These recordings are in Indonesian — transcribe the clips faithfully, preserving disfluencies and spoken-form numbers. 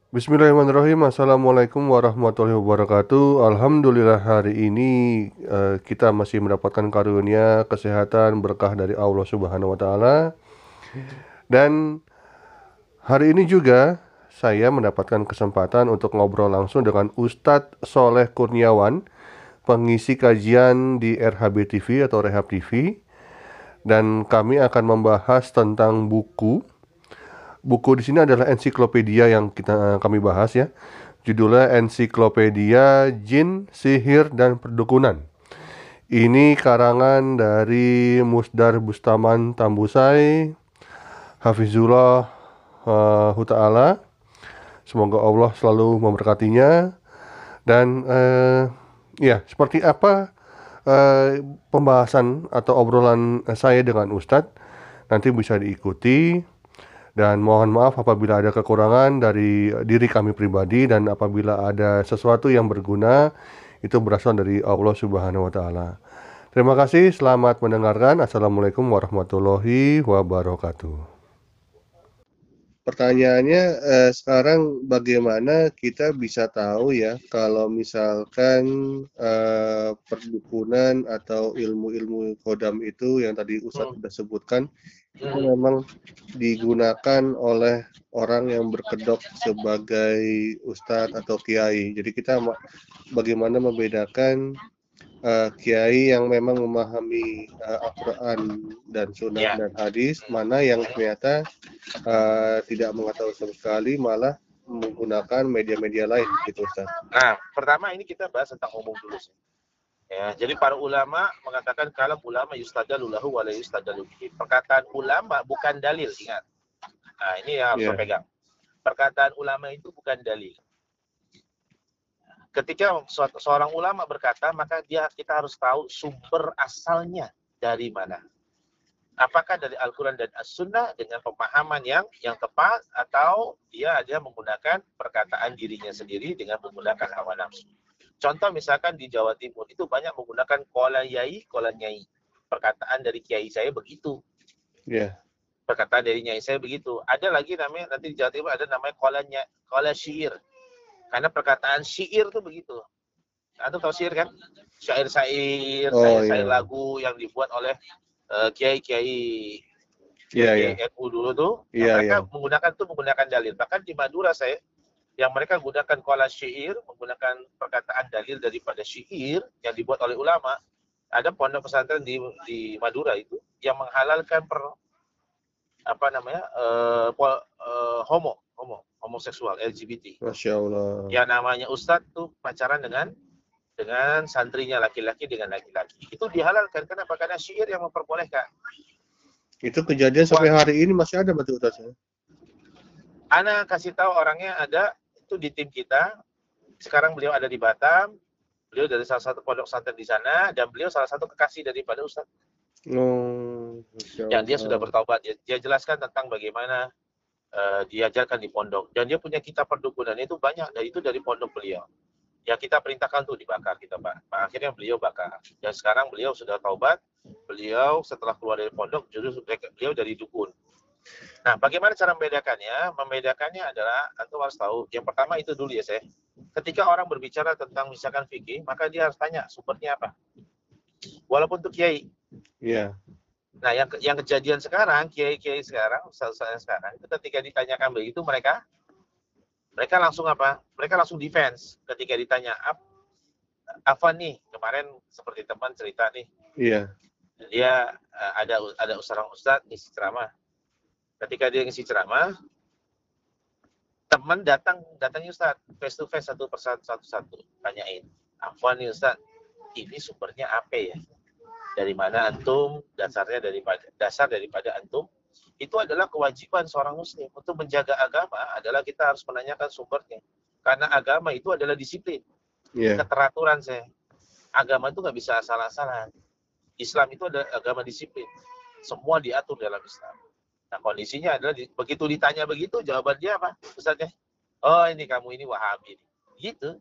Bismillahirrahmanirrahim. Assalamualaikum warahmatullahi wabarakatuh. Alhamdulillah hari ini eh, kita masih mendapatkan karunia kesehatan berkah dari Allah Subhanahu wa taala. Dan hari ini juga saya mendapatkan kesempatan untuk ngobrol langsung dengan Ustadz Soleh Kurniawan, pengisi kajian di R H B T V atau Rehab T V, dan kami akan membahas tentang buku. Buku di sini adalah ensiklopedia yang kita kami bahas ya. Judulnya Ensiklopedia Jin, Sihir, dan Perdukunan. Ini karangan dari Musdar Bustaman Tambusai, Hafizullah uh, Ta'ala. Semoga Allah selalu memberkatinya. Dan uh, ya, seperti apa uh, pembahasan atau obrolan saya dengan Ustadz nanti bisa diikuti. Dan mohon maaf apabila ada kekurangan dari diri kami pribadi, dan apabila ada sesuatu yang berguna itu berasal dari Allah Subhanahu wa taala. Terima kasih, selamat mendengarkan. Assalamualaikum warahmatullahi wabarakatuh. Pertanyaannya eh, sekarang bagaimana kita bisa tahu ya kalau misalkan eh, perdukunan atau ilmu-ilmu kodam itu yang tadi Ustadz Hmm. sudah sebutkan itu Hmm. memang digunakan oleh orang yang berkedok sebagai ustadz atau kiai. Jadi kita bagaimana membedakan uh, kiai yang memang memahami uh, Al-Quran dan Sunnah Ya. dan hadis, mana yang ternyata uh, tidak mengetahui sama sekali, malah menggunakan media-media lain gitu Ustaz. Nah, pertama ini kita bahas tentang umum dulu sih. Ya, jadi para ulama mengatakan kalam ulama yustadalu lahu wa la yustadalu bihi. Perkataan ulama bukan dalil, ingat. Nah, ini yang harus Yeah. yeah. pegang. Perkataan ulama itu bukan dalil. Ketika suatu, seorang ulama berkata, maka dia kita harus tahu sumber asalnya dari mana. Apakah dari Al-Quran dan As-Sunnah dengan pemahaman yang yang tepat, atau dia dia menggunakan perkataan dirinya sendiri dengan menggunakan hawa nafsu. Contoh misalkan di Jawa Timur itu banyak menggunakan kola yai, kola nyai. Perkataan dari kiai saya begitu. Yeah. Perkataan dari nyai saya begitu. Ada lagi namanya, nanti di Jawa Timur ada namanya kola, kola syair. Karena perkataan syair itu begitu. Anda tahu syair kan? Syair-syair, Oh, syair-syair yeah. lagu yang dibuat oleh uh, kiai-kiai Iya, kiai iya. N U dulu tuh, Iya, yang iya. mereka menggunakan tuh menggunakan dalil. Bahkan di Madura saya, yang mereka gunakan kola syair, menggunakan perkataan dalil daripada syair yang dibuat oleh ulama. Ada pondok pesantren di di Madura itu yang menghalalkan per apa namanya uh, pol, uh, homo homo homoseksual L G B T. Masya Allah. Yang namanya ustadz tuh pacaran dengan dengan santrinya laki-laki dengan laki-laki. Itu dihalalkan. Kenapa? Karena syair yang memperbolehkan. Itu kejadian sampai hari ini masih ada berarti Ustaz ya? Ana kasih tahu orangnya ada itu di tim kita. Sekarang beliau ada di Batam. Beliau dari salah satu pondok pesantren di sana, dan beliau salah satu kekasih daripada Ustadz. Oh, yang dia sudah bertaubat. Dia, dia jelaskan tentang bagaimana uh, diajarkan di pondok. Dan dia punya kitab perdukunan itu banyak, dan itu dari pondok beliau. Yang kita perintahkan tuh dibakar kita, Pak. Akhirnya beliau bakar. Dan sekarang beliau sudah taubat. Beliau setelah keluar dari pondok, justru beliau dari dukun. Nah, bagaimana cara membedakannya? Membedakannya adalah, antum harus tahu, yang pertama itu dulu ya, saya. Ketika orang berbicara tentang misalkan fikih, maka dia harus tanya sumbernya apa. Walaupun itu kiai. Iya. Yeah. Nah, yang yang kejadian sekarang, kiai-kiai sekarang, ustaz-ustaz sekarang, itu ketika ditanyakan begitu, mereka mereka langsung apa? Mereka langsung defense ketika ditanya, apa nih, kemarin seperti teman cerita nih. Iya. Yeah. Dia uh, ada ada seorang ustaz ngisi ceramah. Ketika dia ngisi ceramah, teman datang datangnya Ustaz face to face satu persatu satu-satu tanyain, afwan nih Ustaz, ini sumbernya apa ya, dari mana antum, dasarnya daripada dasar daripada antum. Itu adalah kewajiban seorang muslim untuk menjaga agama, adalah kita harus menanyakan sumbernya, karena agama itu adalah disiplin. Yeah. Keteraturan saya, agama itu nggak bisa asal-asalan. Islam itu adalah agama disiplin, semua diatur dalam Islam. Nah, kondisinya adalah begitu ditanya begitu, jawaban dia apa? Ustaznya, oh ini kamu ini Wahabi. Gitu.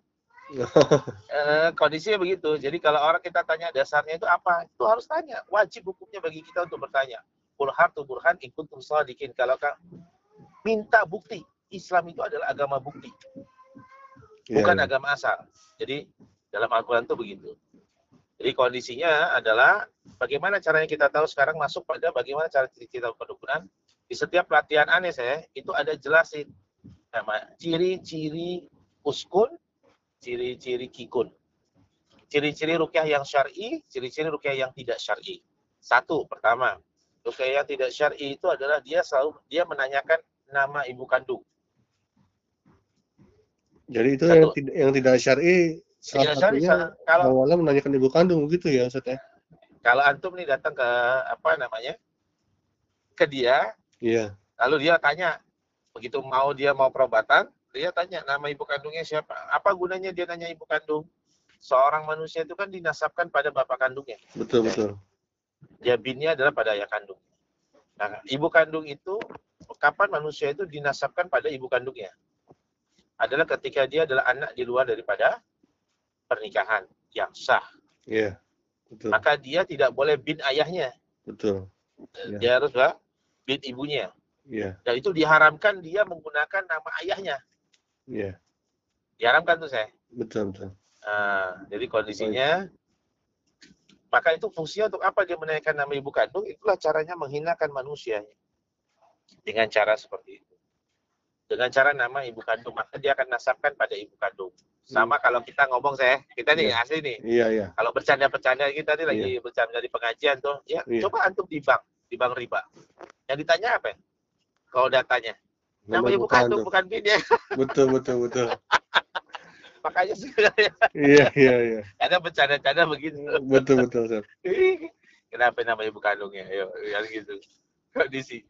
e, kondisinya begitu. Jadi kalau orang kita tanya dasarnya itu apa, itu harus tanya. Wajib hukumnya bagi kita untuk bertanya. Qul hatu burhan in kuntum shadiqin. Kalau kan minta bukti. Islam itu adalah agama bukti, Iya, bukan iya. agama asal. Jadi dalam Al-Quran itu begitu. Jadi kondisinya adalah bagaimana caranya kita tahu sekarang masuk pada bagaimana cara kita pendukunan. Di setiap pelatihan Anes ya, itu ada jelasin nama ciri-ciri uskun, ciri-ciri kikun. Ciri-ciri rukyah yang syar'i, ciri-ciri rukyah yang tidak syar'i. Satu, pertama, rukyah yang tidak syar'i itu adalah dia selalu dia menanyakan nama ibu kandung. Jadi itu yang Satu. tidak yang tidak syar'i salah Tidak syar'i satunya kalau awalnya menanyakan ibu kandung gitu ya Ustaz ya? kalau antum nih datang ke apa namanya? Ke dia, Iya. lalu dia tanya, begitu mau dia mau perobatan, dia tanya nama ibu kandungnya siapa? Apa gunanya dia nanya ibu kandung? Seorang manusia itu kan dinasabkan pada bapak kandungnya. Betul, Oke. betul. Dia binnya adalah pada ayah kandung. Nah, ibu kandung itu kapan manusia itu dinasabkan pada ibu kandungnya? Adalah ketika dia adalah anak di luar daripada pernikahan yang sah. Iya, betul. Maka dia tidak boleh bin ayahnya. Betul. Ya. Dia harus bin ibunya. Iya. Dan itu diharamkan dia menggunakan nama ayahnya. Iya. Diharamkan tuh saya. Betul, betul. Nah, jadi kondisinya, maka itu fungsinya untuk apa dia menaikkan nama ibu kandung? Itulah caranya menghinakan manusia. Dengan cara seperti itu. Dengan cara nama ibu kandung, maka dia akan nasabkan pada ibu kandung. Sama hmm. kalau kita ngomong saya, kita nih Iya. asli nih. Iya, iya. Kalau bercanda-bercanda kita nih Iya. lagi bercanda di pengajian tuh, ya Iya. coba antum di bank, di bank riba. Yang ditanya apa? Kalau datanya, nama, nama ibu kandung bukan bin ya. Betul, betul, betul. Makanya sebenarnya. Iya, iya, iya. Ada bercanda-canda begitu. Betul, betul, betul. Kenapa nama ibu kandungnya? Ayo, yang gitu. Kondisi.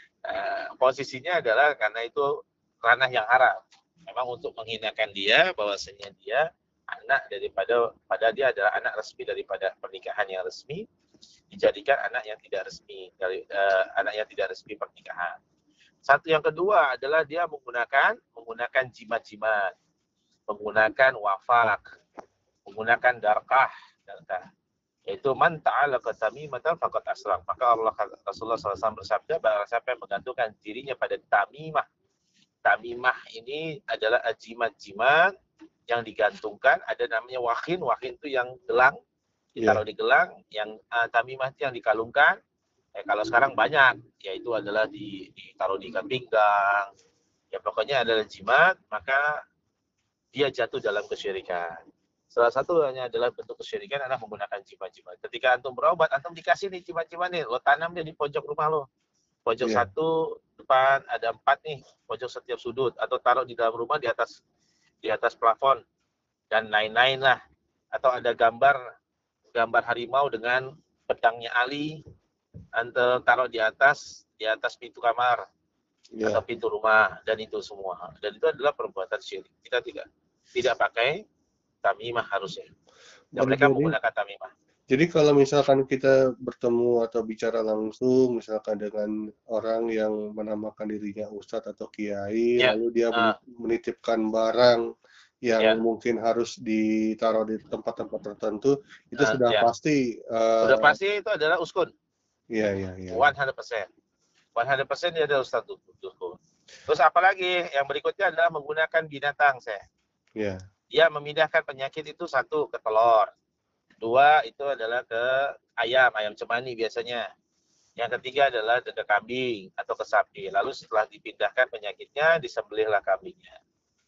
Uh, posisinya adalah karena itu ranah yang haram. Memang untuk menghinakan dia, bahwasanya dia anak daripada, pada dia adalah anak resmi daripada pernikahan yang resmi, dijadikan anak yang tidak resmi dari uh, anak yang tidak resmi pernikahan. Satu yang kedua adalah dia menggunakan menggunakan jimat-jimat, menggunakan wafak, menggunakan darkah, darkah. Yaitu man ta'ala tamimatan faqad asram. Maka Allah Rasulullah sallallahu alaihi wasallam bersabda, barang siapa yang menggantungkan dirinya pada tamimah. Tamimah ini adalah jimat-jimat yang digantungkan, ada namanya wakhin, wakhin itu yang gelang, ditaruh yeah. di gelang, yang uh, tamimah itu yang dikalungkan. Eh, kalau sekarang banyak, yaitu adalah di, ditaruh di ikat pinggang. Ya pokoknya adalah jimat, maka dia jatuh dalam kesyirikan. Salah satunya adalah bentuk kesyirikan adalah menggunakan jimat-jimat. Ketika antum berobat, antum dikasih nih jimat-jimat nih, lo tanam dia di pojok rumah lo. Pojok yeah. satu, depan ada empat nih, pojok setiap sudut, atau taruh di dalam rumah di atas di atas plafon dan lain-lain lah. Atau ada gambar gambar harimau dengan pedangnya Ali, antum taruh di atas di atas pintu kamar yeah. atau pintu rumah, dan itu semua. Dan itu adalah perbuatan syirik. Kita tidak tidak pakai tamimah harusnya. Dan mereka jadi, menggunakan tamimah. Jadi kalau misalkan kita bertemu atau bicara langsung, misalkan dengan orang yang menamakan dirinya ustadz atau kiai, ya. lalu dia uh. menitipkan barang yang ya. mungkin harus ditaruh di tempat-tempat tertentu, itu uh, sudah ya. pasti. Uh, sudah pasti itu adalah uskun. Iya, iya, iya. seratus persen. seratus persen dia adalah ustadz uskun. Terus apalagi yang berikutnya adalah menggunakan binatang, saya. Iya. Dia memindahkan penyakit itu satu ke telur, dua itu adalah ke ayam, ayam cemani biasanya. Yang ketiga adalah ke kambing atau ke sapi. Lalu setelah dipindahkan penyakitnya, disembelihlah kambingnya.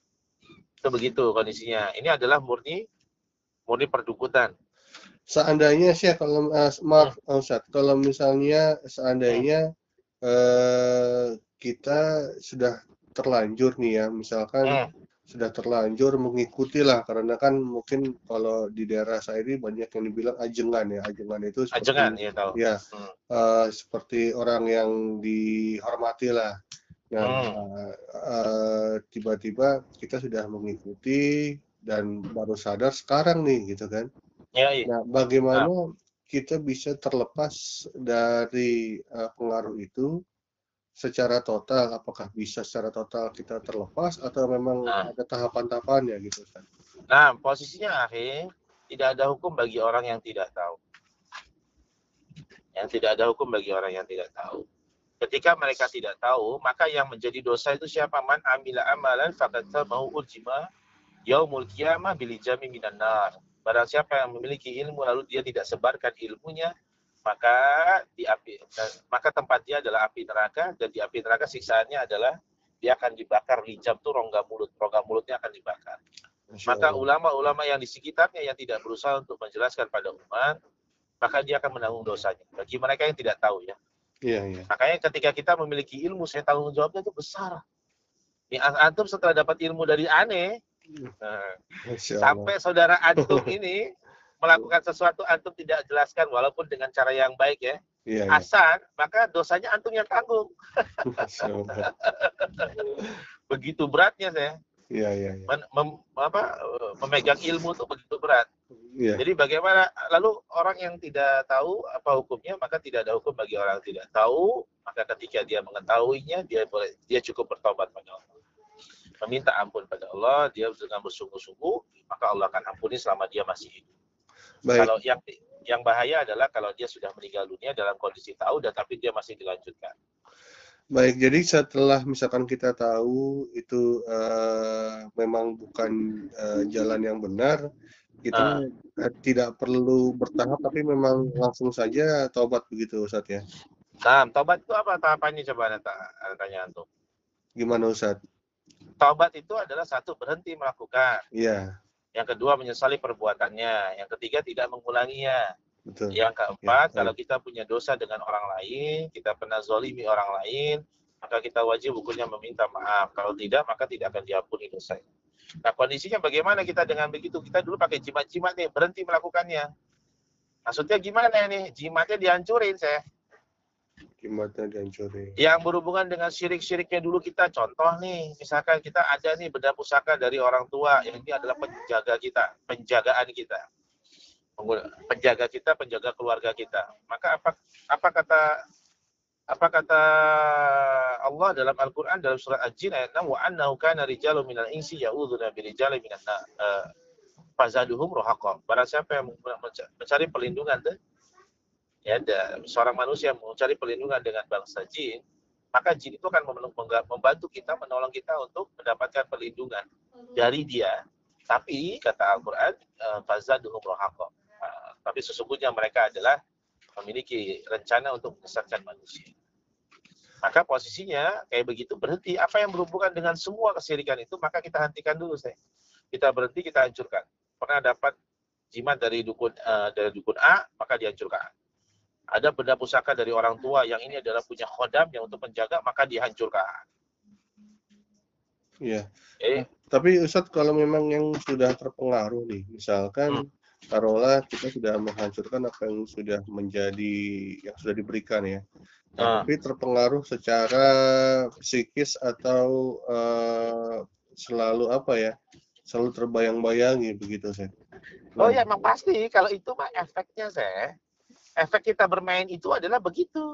Itu begitu kondisinya. Ini adalah murni murni perdukutan. Seandainya sih kalau uh, maaf hmm. Ustaz, kalau misalnya seandainya hmm. uh, kita sudah terlanjur nih ya, misalkan hmm. sudah terlanjur mengikuti lah, karena kan mungkin kalau di daerah saya ini banyak yang dibilang ajengan ya, ajengan itu seperti, ajengan, ya, tahu. ya hmm. uh, seperti orang yang dihormati lah. Nah hmm. uh, uh, tiba-tiba kita sudah mengikuti dan baru sadar sekarang nih gitu kan. Ya, iya. Nah bagaimana nah. kita bisa terlepas dari uh, pengaruh itu secara total, apakah bisa secara total kita terlepas atau memang nah. ada tahapan-tahapannya gitu kan? Nah, posisinya akhir tidak ada hukum bagi orang yang tidak tahu. Yang tidak ada hukum bagi orang yang tidak tahu. Ketika mereka tidak tahu, maka yang menjadi dosa itu siapa? Man amila amalan faqaddamahu uljima yaumul qiyamah bilijami minan nar. Barang siapa yang memiliki ilmu lalu dia tidak sebarkan ilmunya, maka di api maka tempat dia adalah api neraka, dan di api neraka siksaannya adalah dia akan dibakar. Lijam tuh rongga mulut, rongga mulutnya akan dibakar. Maka ulama-ulama yang di sekitarnya yang tidak berusaha untuk menjelaskan pada umat, maka dia akan menanggung dosanya. Bagi mereka yang tidak tahu ya. Iya, iya. Makanya ketika kita memiliki ilmu, saya tanggung jawabnya itu besar. Nih, antum setelah dapat ilmu dari aneh, nah, sampai saudara antum ini melakukan sesuatu antum tidak jelaskan walaupun dengan cara yang baik ya, Iya, iya. Hasan, maka dosanya antum yang tanggung. Begitu beratnya saya. Iya, iya, iya. Men, mem, apa, memegang ilmu itu begitu berat. Iya. Jadi bagaimana, lalu orang yang tidak tahu apa hukumnya, maka tidak ada hukum bagi orang yang tidak tahu. Maka ketika dia mengetahuinya, dia boleh, dia cukup bertobat pada Allah, meminta ampun pada Allah, dia dengan bersungguh-sungguh, maka Allah akan ampuni selama dia masih hidup. Baik. Kalau yang yang bahaya adalah kalau dia sudah meninggal dunia dalam kondisi tahu dan tapi dia masih dilanjutkan. Baik, jadi setelah misalkan kita tahu itu uh, memang bukan uh, jalan yang benar, kita uh. tidak perlu bertahap, tapi memang langsung saja taubat begitu, Ustadz ya? Nah, taubat itu apa tahapannya, coba anda tanya antum. Gimana, Ustadz? Taubat itu adalah satu, berhenti melakukan. Iya. Yang kedua, menyesali perbuatannya. Yang ketiga, tidak mengulanginya. Betul. Yang keempat, ya, kalau kita punya dosa dengan orang lain, kita pernah zolimi orang lain, maka kita wajib hukumnya meminta maaf. Kalau tidak, maka tidak akan diampuni dosanya. Nah, kondisinya bagaimana kita dengan begitu? Kita dulu pakai jimat-jimat nih, berhenti melakukannya. Maksudnya gimana nih? Jimatnya dihancurin, saya. Jimatnya dihancurin. Yang berhubungan dengan syirik-syiriknya dulu kita, contoh nih, misalkan kita ada nih benda pusaka dari orang tua, yang ini adalah penjaga kita, penjagaan kita. Penjaga kita, penjaga keluarga kita. Maka apa apa kata apa kata Allah dalam Al-Qur'an dalam surat Al-Jin ayat enam, wa annahu kana rijalun minal insi ya'udzuna birijalin minan nar fazaduhum rahaqa. Barang siapa yang mencari perlindungan tuh, ya, ada seorang manusia mencari perlindungan dengan bangsa jin, maka jin itu akan membantu kita, menolong kita untuk mendapatkan perlindungan dari dia. Tapi kata Al-Qur'an, fazaduhum rahaqa. Tapi sesungguhnya mereka adalah memiliki rencana untuk menyesatkan manusia. Maka posisinya kayak begitu, berhenti. Apa yang berhubungan dengan semua kesyirikan itu, maka kita hentikan dulu, saya. Kita berhenti, kita hancurkan. Pernah dapat jimat dari dukun uh, dari dukun A, maka dihancurkan. Ada benda pusaka dari orang tua yang ini adalah punya khodam yang untuk menjaga, maka dihancurkan. Iya. Eh. Tapi Ustadz, kalau memang yang sudah terpengaruh nih, misalkan hmm. taruhlah kita sudah menghancurkan apa yang sudah menjadi, yang sudah diberikan ya. Nah, tapi terpengaruh secara psikis atau uh, selalu apa ya, selalu terbayang-bayangi begitu, saya. Nah, oh ya, emang pasti kalau itu mah efeknya, saya. Efek kita bermain itu adalah begitu.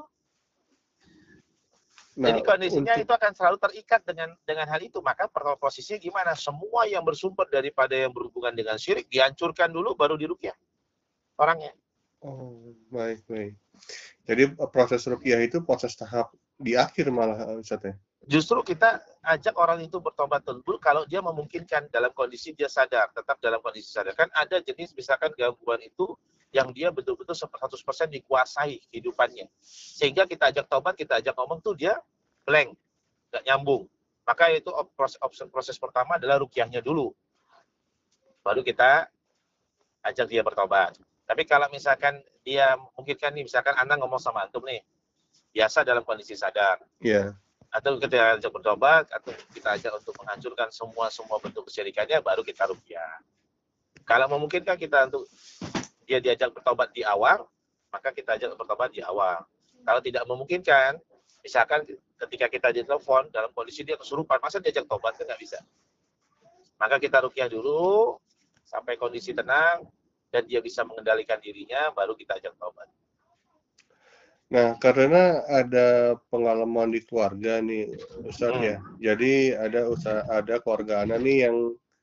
Nah, jadi kondisinya untuk... itu akan selalu terikat dengan dengan hal itu. Maka posisinya gimana? Semua yang bersumber daripada yang berhubungan dengan syirik dihancurkan dulu, baru diruqyah orangnya. Oh, baik, baik. Jadi proses ruqyah itu proses tahap di akhir malah, Ustaz ya? Justru kita ajak orang itu bertobat dulu kalau dia memungkinkan, dalam kondisi dia sadar, tetap dalam kondisi sadar. Kan ada jenis misalkan gangguan itu yang dia betul-betul seratus persen dikuasai kehidupannya. Sehingga kita ajak tobat, kita ajak ngomong tuh dia blank, nggak nyambung. Maka itu proses, proses pertama adalah ruqyahnya dulu. Baru kita ajak dia bertobat. Tapi kalau misalkan dia memungkinkan nih, misalkan Anda ngomong sama antum nih, biasa dalam kondisi sadar. Iya. Yeah. Atau kita ajak bertobat, atau kita ajak untuk menghancurkan semua-semua bentuk kesyirikannya, baru kita ruqyah. Kalau memungkinkan kita untuk dia diajak bertobat di awal, maka kita ajak bertobat di awal. Kalau tidak memungkinkan, misalkan ketika kita ditelepon dalam kondisi dia kesurupan, masa diajak tobat kan nggak bisa. Maka kita ruqyah dulu sampai kondisi tenang dan dia bisa mengendalikan dirinya, baru kita ajak tobat. Nah, karena ada pengalaman di keluarga nih, Ustaz hmm. ya. Jadi ada usaha, ada keluarga anak nih yang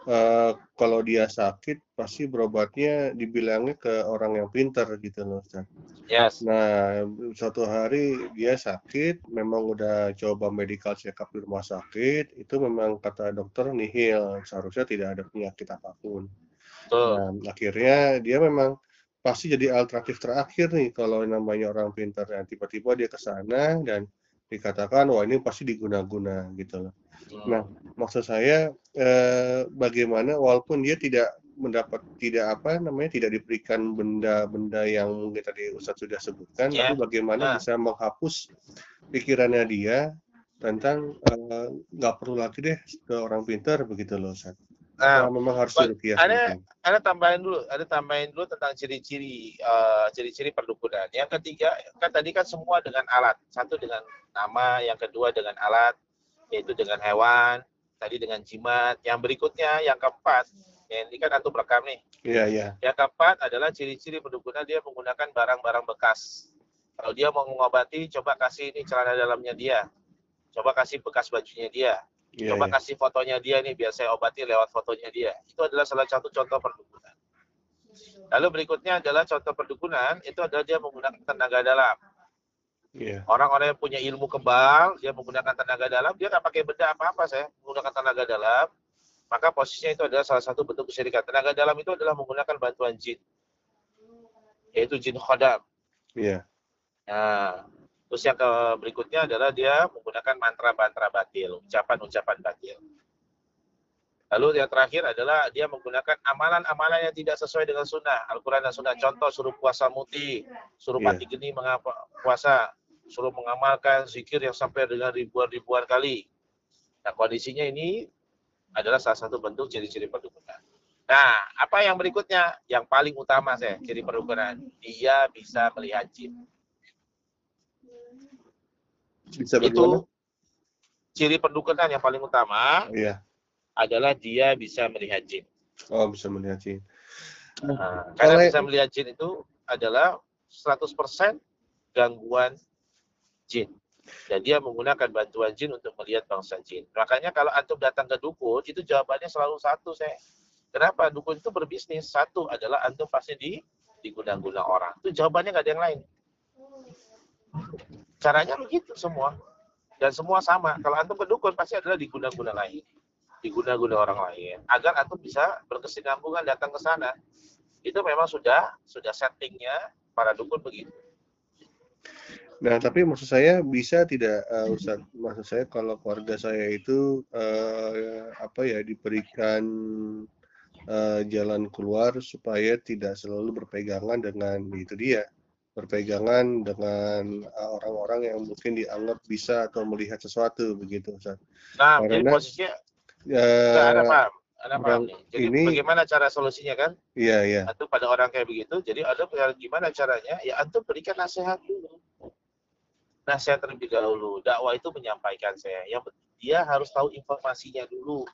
uh, kalau dia sakit pasti berobatnya dibilangnya ke orang yang pintar gitu loh Ustaz. Yes. Nah, suatu hari dia sakit, memang udah coba medical check up di rumah sakit, itu memang kata dokter nihil, seharusnya tidak ada penyakit apapun. Betul. Nah, akhirnya dia memang pasti jadi alternatif terakhir nih kalau namanya orang pintar. Nah, tiba-tiba dia ke sana dan dikatakan, wah ini pasti diguna-guna gitu loh. Nah, Hmm. maksud saya eh, bagaimana walaupun dia tidak mendapat tidak apa namanya tidak diberikan benda-benda yang mungkin tadi Ustadz sudah sebutkan, tapi Ya. bagaimana Nah, bisa menghapus pikirannya dia tentang eh, nggak perlu lagi deh ke orang pintar begitu loh Ustadz. Apa nah, memang harus Bang, diruqyah ada mungkin? ada tambahin dulu, ada tambahin dulu tentang ciri-ciri eh, ciri-ciri perdukunan. Yang ketiga, kan tadi kan semua dengan alat. Satu dengan nama, yang kedua dengan alat, yaitu dengan hewan, tadi dengan jimat. Yang berikutnya, yang keempat, ya ini kan antum rekam nih. Iya, iya. Yang keempat adalah ciri-ciri perdukunan dia menggunakan barang-barang bekas. Kalau dia mau mengobati, coba kasih ini celana dalamnya dia. Coba kasih bekas bajunya dia. Iya, Coba iya. kasih fotonya dia nih, biar saya obati lewat fotonya dia. Itu adalah salah satu contoh perdukunan. Lalu berikutnya adalah contoh perdukunan, itu adalah dia menggunakan tenaga dalam. Iya. Orang-orang yang punya ilmu kebal, dia menggunakan tenaga dalam, dia nggak pakai benda apa-apa, saya menggunakan tenaga dalam, maka posisinya itu adalah salah satu bentuk kesyirikan. Tenaga dalam itu adalah menggunakan bantuan jin, yaitu jin khodam. Iya. Nah, terus yang ke berikutnya adalah dia menggunakan mantra-mantra batil, ucapan-ucapan batil. Lalu yang terakhir adalah dia menggunakan amalan-amalan yang tidak sesuai dengan sunnah, Al-Quran dan sunnah. Contoh, suruh puasa muti, suruh Iya. pati geni puasa, suruh mengamalkan zikir yang sampai dengan ribuan-ribuan kali. Nah, kondisinya ini adalah salah satu bentuk ciri-ciri perdukunan. Nah, apa yang berikutnya? Yang paling utama saya, ciri perdukunan. Dia bisa melihat jin. Bisa bagaimana? Itu ciri perdukunan yang paling utama Iya. adalah dia bisa melihat jin. Oh, bisa melihat jin. Nah, karena Oleh bisa melihat jin itu adalah seratus persen gangguan jin. Dan dia menggunakan bantuan jin untuk melihat bangsa jin. Makanya kalau antum datang ke dukun, itu jawabannya selalu satu, saya. Kenapa? Dukun itu berbisnis. Satu adalah antum pasti di diguna-guna orang. Itu jawabannya nggak ada yang lain. Caranya begitu semua. Dan semua sama. Kalau antum ke dukun, pasti adalah diguna-guna lain. Diguna-guna orang lain. Agar antum bisa berkesinambungan datang ke sana. Itu memang sudah sudah settingnya para dukun begitu. Nah, tapi maksud saya bisa tidak uh, Ustaz, maksud saya kalau keluarga saya itu uh, apa ya diberikan uh, jalan keluar supaya tidak selalu berpegangan dengan itu dia, berpegangan dengan uh, orang-orang yang mungkin dianggap bisa atau melihat sesuatu begitu Ustaz. Nah, jadi Karena posisinya nggak ada uh, paham. Ada paham orang nih. Jadi ini bagaimana cara solusinya kan? iya iya Antum pada orang kayak begitu, jadi ada gimana caranya? Ya antum berikan nasihat dulu. Nasihat terlebih dahulu. Dakwah itu menyampaikan saya. Yang dia harus tahu informasinya dulu.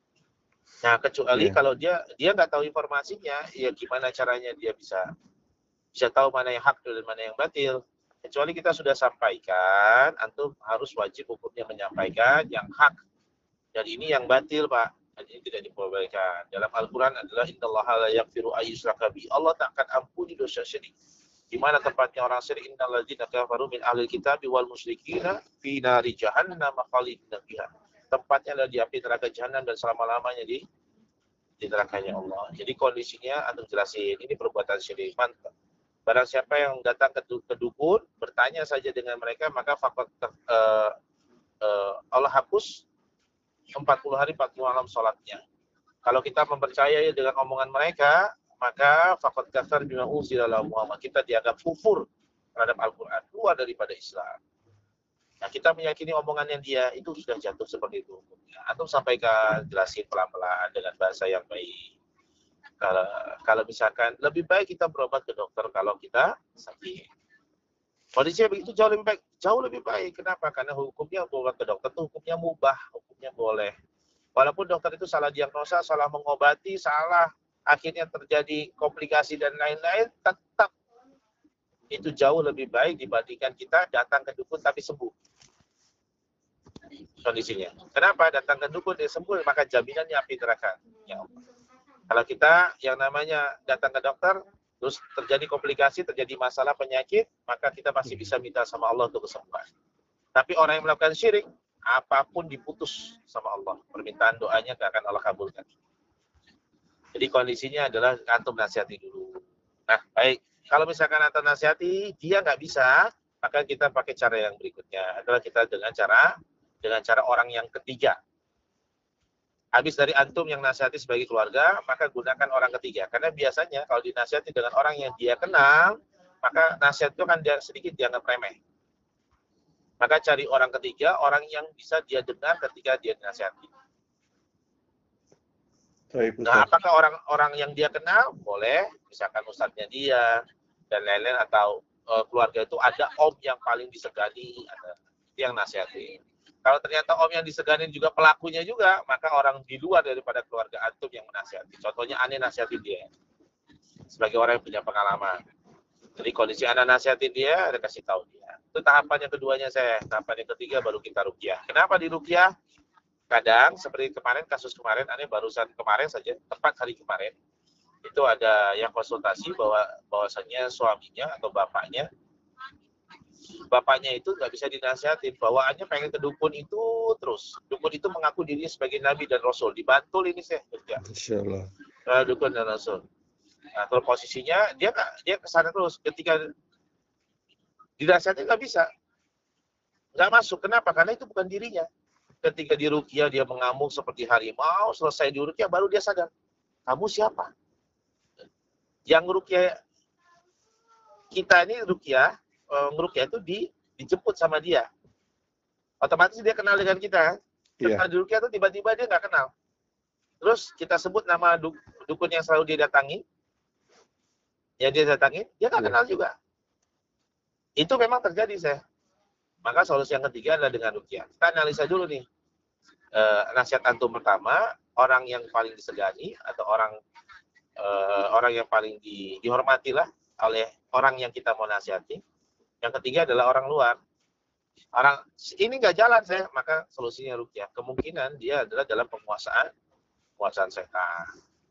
Nah, kecuali iya kalau dia dia nggak tahu informasinya, ya gimana caranya dia bisa bisa tahu mana yang hak dan mana yang batil. Kecuali kita sudah sampaikan, antum harus wajib hukumnya menyampaikan yang hak. Dan ini yang batil, Pak. Dan ini tidak diperbolehkan. Dalam Al-Quran adalah innallaha la yaghfiru ayyushraka bi. Allah tak akan ampuni dosa syirik. Di mana tempatnya orang syirik, innal ladzina kafaru min ahlil kitabi wal musyrikina fi nari jahannam khalidina fiha. Tempatnya adalah di api neraka jahanam dan selama-lamanya di di nerakanya Allah. Jadi kondisinya antum jelasin, ini perbuatan syirik. Mantap. Barang siapa yang datang ke, ke dukun, bertanya saja dengan mereka, maka fakot uh, uh, Allah hapus empat puluh hari empat puluh malam sholatnya. Kalau kita mempercayai dengan omongan mereka, maka fakot kafar bima unzila ala Muhammad, kita dianggap kufur terhadap Al-Quran, keluar daripada Islam. Nah, kita meyakini omongannya dia itu sudah jatuh seperti itu. Antum sampaikan, jelasin pelan-pelan dengan bahasa yang baik. Kalau kalau misalkan lebih baik kita berobat ke dokter kalau kita sakit. Kondisinya begitu jauh lebih baik, jauh lebih baik. Kenapa? Karena hukumnya berobat ke dokter itu hukumnya mubah, hukumnya boleh. Walaupun dokter itu salah diagnosa, salah mengobati, salah akhirnya terjadi komplikasi dan lain-lain, tetap itu jauh lebih baik dibandingkan kita datang ke dukun tapi sembuh. Kondisinya. Kenapa? Datang ke dukun dia sembuh, maka jaminannya api neraka. karunia Allah. Kalau kita yang namanya datang ke dokter, terus terjadi komplikasi, terjadi masalah penyakit, maka kita pasti bisa minta sama Allah untuk kesembuhan. Tapi orang yang melakukan syirik, apapun diputus sama Allah. Permintaan doanya gak akan Allah kabulkan. Jadi kondisinya adalah antum nasihati dulu. Nah, baik. Kalau misalkan antum nasihati, dia nggak bisa, maka kita pakai cara yang berikutnya. Adalah kita dengan cara dengan cara orang yang ketiga. Habis dari antum yang nasihati sebagai keluarga, maka gunakan orang ketiga. Karena biasanya kalau dinasihati dengan orang yang dia kenal, maka nasihat itu kan dia sedikit dianggap remeh. Maka cari orang ketiga, orang yang bisa dia dengar ketika dia dinasihati. Nah, apakah orang-orang yang dia kenal? Boleh, misalkan ustadznya dia, dan lain-lain, atau uh, keluarga itu ada om yang paling disegani, ada yang nasihati. Kalau ternyata om yang disegani juga pelakunya juga, maka orang di luar daripada keluarga antum yang menasihati. Contohnya aneh nasihati dia, sebagai orang yang punya pengalaman. Jadi kondisi anak nasihati dia, ada kasih tahu dia. Itu tahapan yang keduanya saya. Tahapan yang ketiga baru kita ruqyah. Kenapa di ruqyah? Kadang seperti kemarin, kasus kemarin, aneh barusan kemarin saja, tepat hari kemarin, itu ada yang konsultasi bahwa bahwasannya suaminya atau bapaknya, bapaknya itu nggak bisa dinasihatin, bawaannya pengen ke dukun itu terus. Dukun itu mengaku dirinya sebagai nabi dan rasul. Di Bantul ini saya kerja. Insyaallah. Uh, dukun dan rasul. Nah, kalau posisinya dia dia kesana terus. Ketika dinasihatin nggak bisa, nggak masuk. Kenapa? Karena itu bukan dirinya. Ketika di ruqyah dia mengamuk seperti harimau, selesai di ruqyah baru dia sadar. Kamu siapa? Yang ruqyah kita ini ruqyah, ruqyah itu di, dijemput sama dia. Otomatis dia kenal dengan kita. Ketika yeah. di ruqyah itu tiba-tiba dia nggak kenal. Terus kita sebut nama dukun yang selalu dia datangi. Ya dia datangi, dia nggak yeah. kenal juga. Itu memang terjadi, saya. Maka solusi yang ketiga adalah dengan ruqyah. Kita analisa dulu nih. E, nasihat antum pertama, orang yang paling disegani atau orang e, orang yang paling di, dihormatilah oleh orang yang kita mau nasihati. Yang ketiga adalah orang luar. Orang ini nggak jalan, saya, maka solusinya ruqyah. Kemungkinan dia adalah dalam penguasaan penguasaan setan.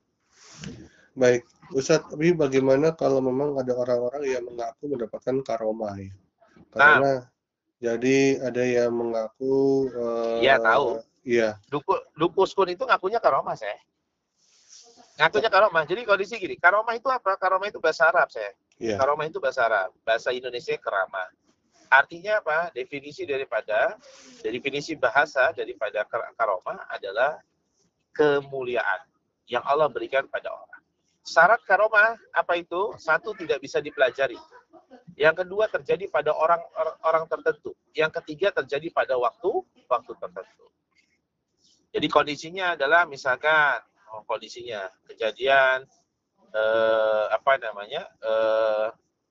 Baik, Ustadz, tapi bagaimana kalau memang ada orang-orang yang mengaku mendapatkan karomah? Karena nah, jadi ada yang mengaku Iya uh, tahu. Iya. Duku, dukuskun itu ngakunya karomah, saya. Ngakunya karomah. Jadi kondisi gini, karomah itu apa? Karomah itu bahasa Arab, saya. Iya. Karomah itu bahasa Arab, bahasa Indonesia keramah. Artinya apa? Definisi daripada definisi bahasa daripada karomah adalah kemuliaan yang Allah berikan pada orang. Syarat karomah apa itu? Satu, tidak bisa dipelajari. Yang kedua, terjadi pada orang orang tertentu. Yang ketiga, terjadi pada waktu waktu tertentu. Jadi kondisinya adalah misalkan oh, kondisinya kejadian eh, apa namanya eh,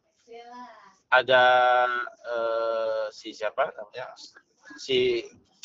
ada eh, si siapa namanya si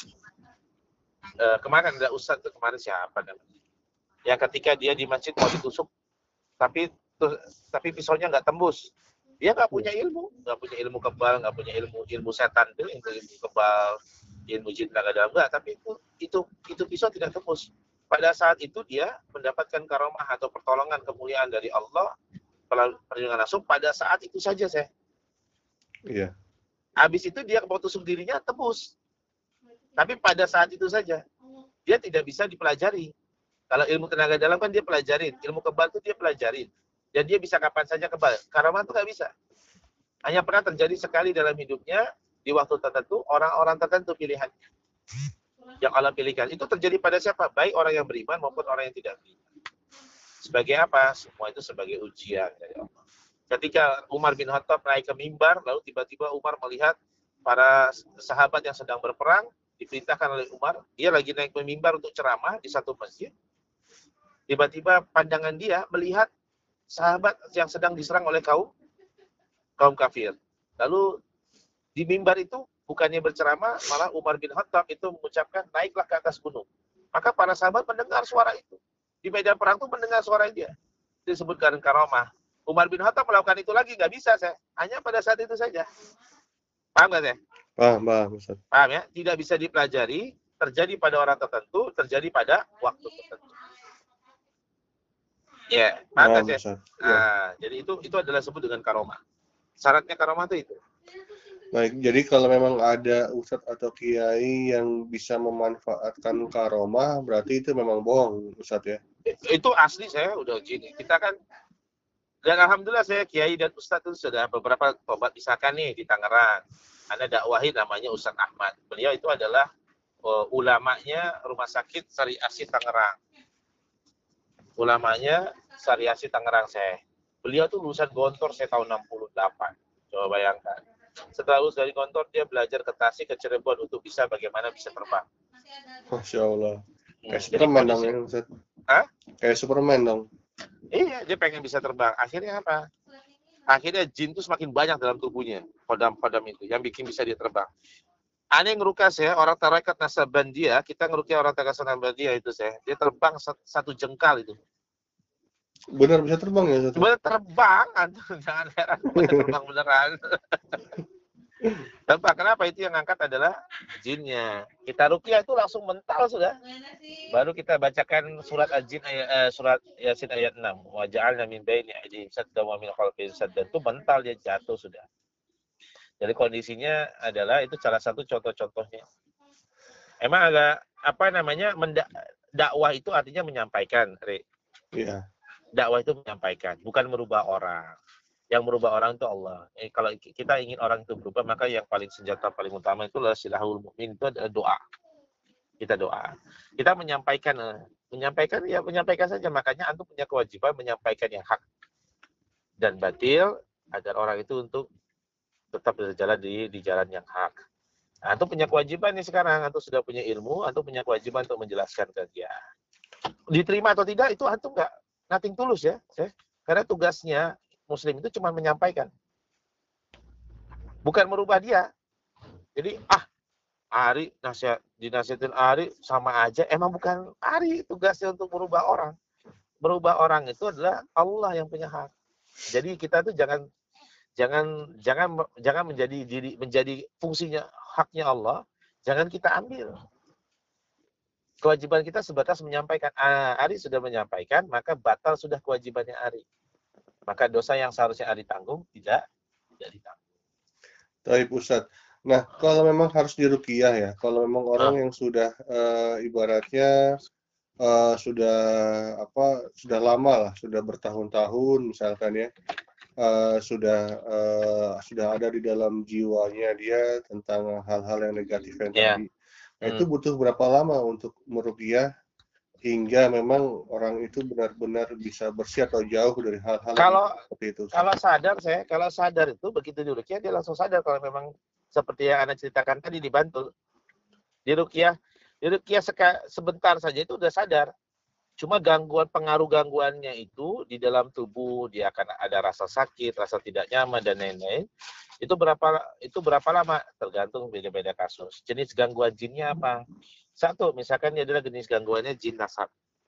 eh, kemarin ada ustadz itu kemarin siapa namanya? Yang ketika dia di masjid mau ditusuk, tapi tapi pisaunya nggak tembus. Dia nggak punya ilmu, nggak punya ilmu kebal, nggak punya ilmu ilmu setan itu, ilmu, ilmu kebal, ilmu jin tenaga dalam enggak, tapi itu itu itu pisau tidak tembus. Pada saat itu dia mendapatkan karomah atau pertolongan kemuliaan dari Allah melalui perlindungan langsung pada saat itu saja, saya. Iya. Habis itu dia mau tusuk dirinya tembus. Tapi pada saat itu saja. Dia tidak bisa dipelajari. Kalau ilmu tenaga dalam kan dia pelajarin, ilmu kebal itu dia pelajarin. Dan dia bisa kapan saja kebal. Karomah itu nggak bisa. Hanya pernah terjadi sekali dalam hidupnya, di waktu tertentu, orang-orang tertentu pilihan. Yang Allah pilihkan. Itu terjadi pada siapa? Baik orang yang beriman maupun orang yang tidak beriman. Sebagai apa? Semua itu sebagai ujian dari Allah. Ketika Umar bin Khattab naik ke mimbar, lalu tiba-tiba Umar melihat para sahabat yang sedang berperang, diperintahkan oleh Umar, dia lagi naik ke mimbar untuk ceramah di satu masjid. Tiba-tiba pandangan dia melihat sahabat yang sedang diserang oleh kaum kaum kafir. Lalu di mimbar itu bukannya berceramah, malah Umar bin Khattab itu mengucapkan naiklah ke atas gunung. Maka para sahabat mendengar suara itu. Di medan perang itu mendengar suara dia. Disebutkan karomah. Umar bin Khattab melakukan itu lagi nggak bisa, saya. Hanya pada saat itu saja. Paham nggak, saya? Paham, paham, Ustaz. Paham ya? Tidak bisa dipelajari, terjadi pada orang tertentu, terjadi pada waktu tertentu. Ya, Nah, pantas ya. Ustaz. Ya. Nah, jadi itu itu adalah sebut dengan karomah. Syaratnya karomah itu itu. Baik, jadi kalau memang ada ustadz atau kiai yang bisa memanfaatkan karomah, berarti itu memang bohong, Ustadz ya? Itu asli saya udah gini. Kita kan dan alhamdulillah saya kiai dan ustadz itu sudah beberapa tobat misalkan nih di Tangerang. Anda dakwahi namanya Ustadz Ahmad. Beliau itu adalah uh, ulamanya Rumah Sakit Syariasi Tangerang. Ulamanya Syariasi Tangerang saya. Beliau tuh lulusan Gontor saya tahun enam puluh delapan. Coba bayangkan. Setelah lulus dari Gontor dia belajar ke Tasik ke Cirebon untuk bisa bagaimana bisa terbang. Masya Allah. Kayak Hmm, jadi Superman dong kondisi, ya, Ustadz. Hah? Kayak Superman dong. Iya, dia pengen bisa terbang. Akhirnya apa? Akhirnya jin itu semakin banyak dalam tubuhnya. Kodam-kodam itu yang bikin bisa dia terbang. Aneh ngerukas ya, orang tarekat Nasabandia, kita ngerukia orang tarekat Nasabandia itu saya. Dia terbang satu jengkal itu. Benar bisa terbang ya, Ustadz? Bener terbang, jangan heran, terbang beneran. Terbang, kenapa? Itu yang angkat adalah jinnya. Kita rukiah itu langsung mental sudah. Baru kita bacakan surat Al-Jin ayat eh, surat Yasin ayat enam. Wa ja'alna min baini aydihim saddan wa min khalfihim saddan. Itu mental dia jatuh sudah. Jadi kondisinya adalah itu salah satu contoh-contohnya. Emang agak apa namanya mendak dakwah itu artinya menyampaikan, Re. Iya. Dakwah itu menyampaikan, bukan merubah orang. Yang merubah orang itu Allah. Eh, kalau kita ingin orang itu berubah, maka yang paling senjata paling utama itu adalah silahul mukmin, itu adalah doa. Kita doa. Kita menyampaikan, menyampaikan ya menyampaikan saja. Makanya antum punya kewajiban menyampaikan yang hak dan batil agar orang itu untuk tetap berjalan di di jalan yang hak. Nah, antum punya kewajiban nih sekarang. Antum sudah punya ilmu, antum punya kewajiban untuk menjelaskan ke dia. Diterima atau tidak itu antum nggak nothing tulus ya. Karena tugasnya Muslim itu cuma menyampaikan, bukan merubah dia. Jadi ah Ari nasihat dinasihatin Ari sama aja, emang bukan Ari tugasnya untuk merubah orang. Merubah orang itu adalah Allah yang punya hak. Jadi kita tuh jangan jangan jangan jangan menjadi diri menjadi fungsinya haknya Allah, jangan kita ambil. Kewajiban kita sebatas menyampaikan. Ah, Ari sudah menyampaikan, maka batal sudah kewajibannya Ari. Maka dosa yang seharusnya Ari tanggung tidak tidak ditanggung. Taib Ustadz. Nah, kalau memang harus diruqyah ya, kalau memang orang Ah. yang sudah uh, ibaratnya uh, sudah apa sudah lama lah, sudah bertahun-tahun misalkan ya, uh, sudah uh, sudah ada di dalam jiwanya dia tentang hal-hal yang negatif yang Ya. tadi. Nah, Hmm. itu butuh berapa lama untuk meruqyah hingga memang orang itu benar-benar bisa bersih atau jauh dari hal-hal Kalau seperti itu? kalau sadar saya, kalau sadar itu begitu diruqyah dia langsung sadar kalau memang seperti yang Anda ceritakan tadi di Bantul. Diruqyah, diruqyah sebentar saja itu udah sadar. Cuma gangguan pengaruh gangguannya itu di dalam tubuh dia akan ada rasa sakit, rasa tidak nyaman dan lain-lain. Itu berapa itu berapa lama tergantung beda-beda kasus. Jenis gangguan jinnya apa? Satu, misalkan dia adalah jenis gangguannya jin nasab.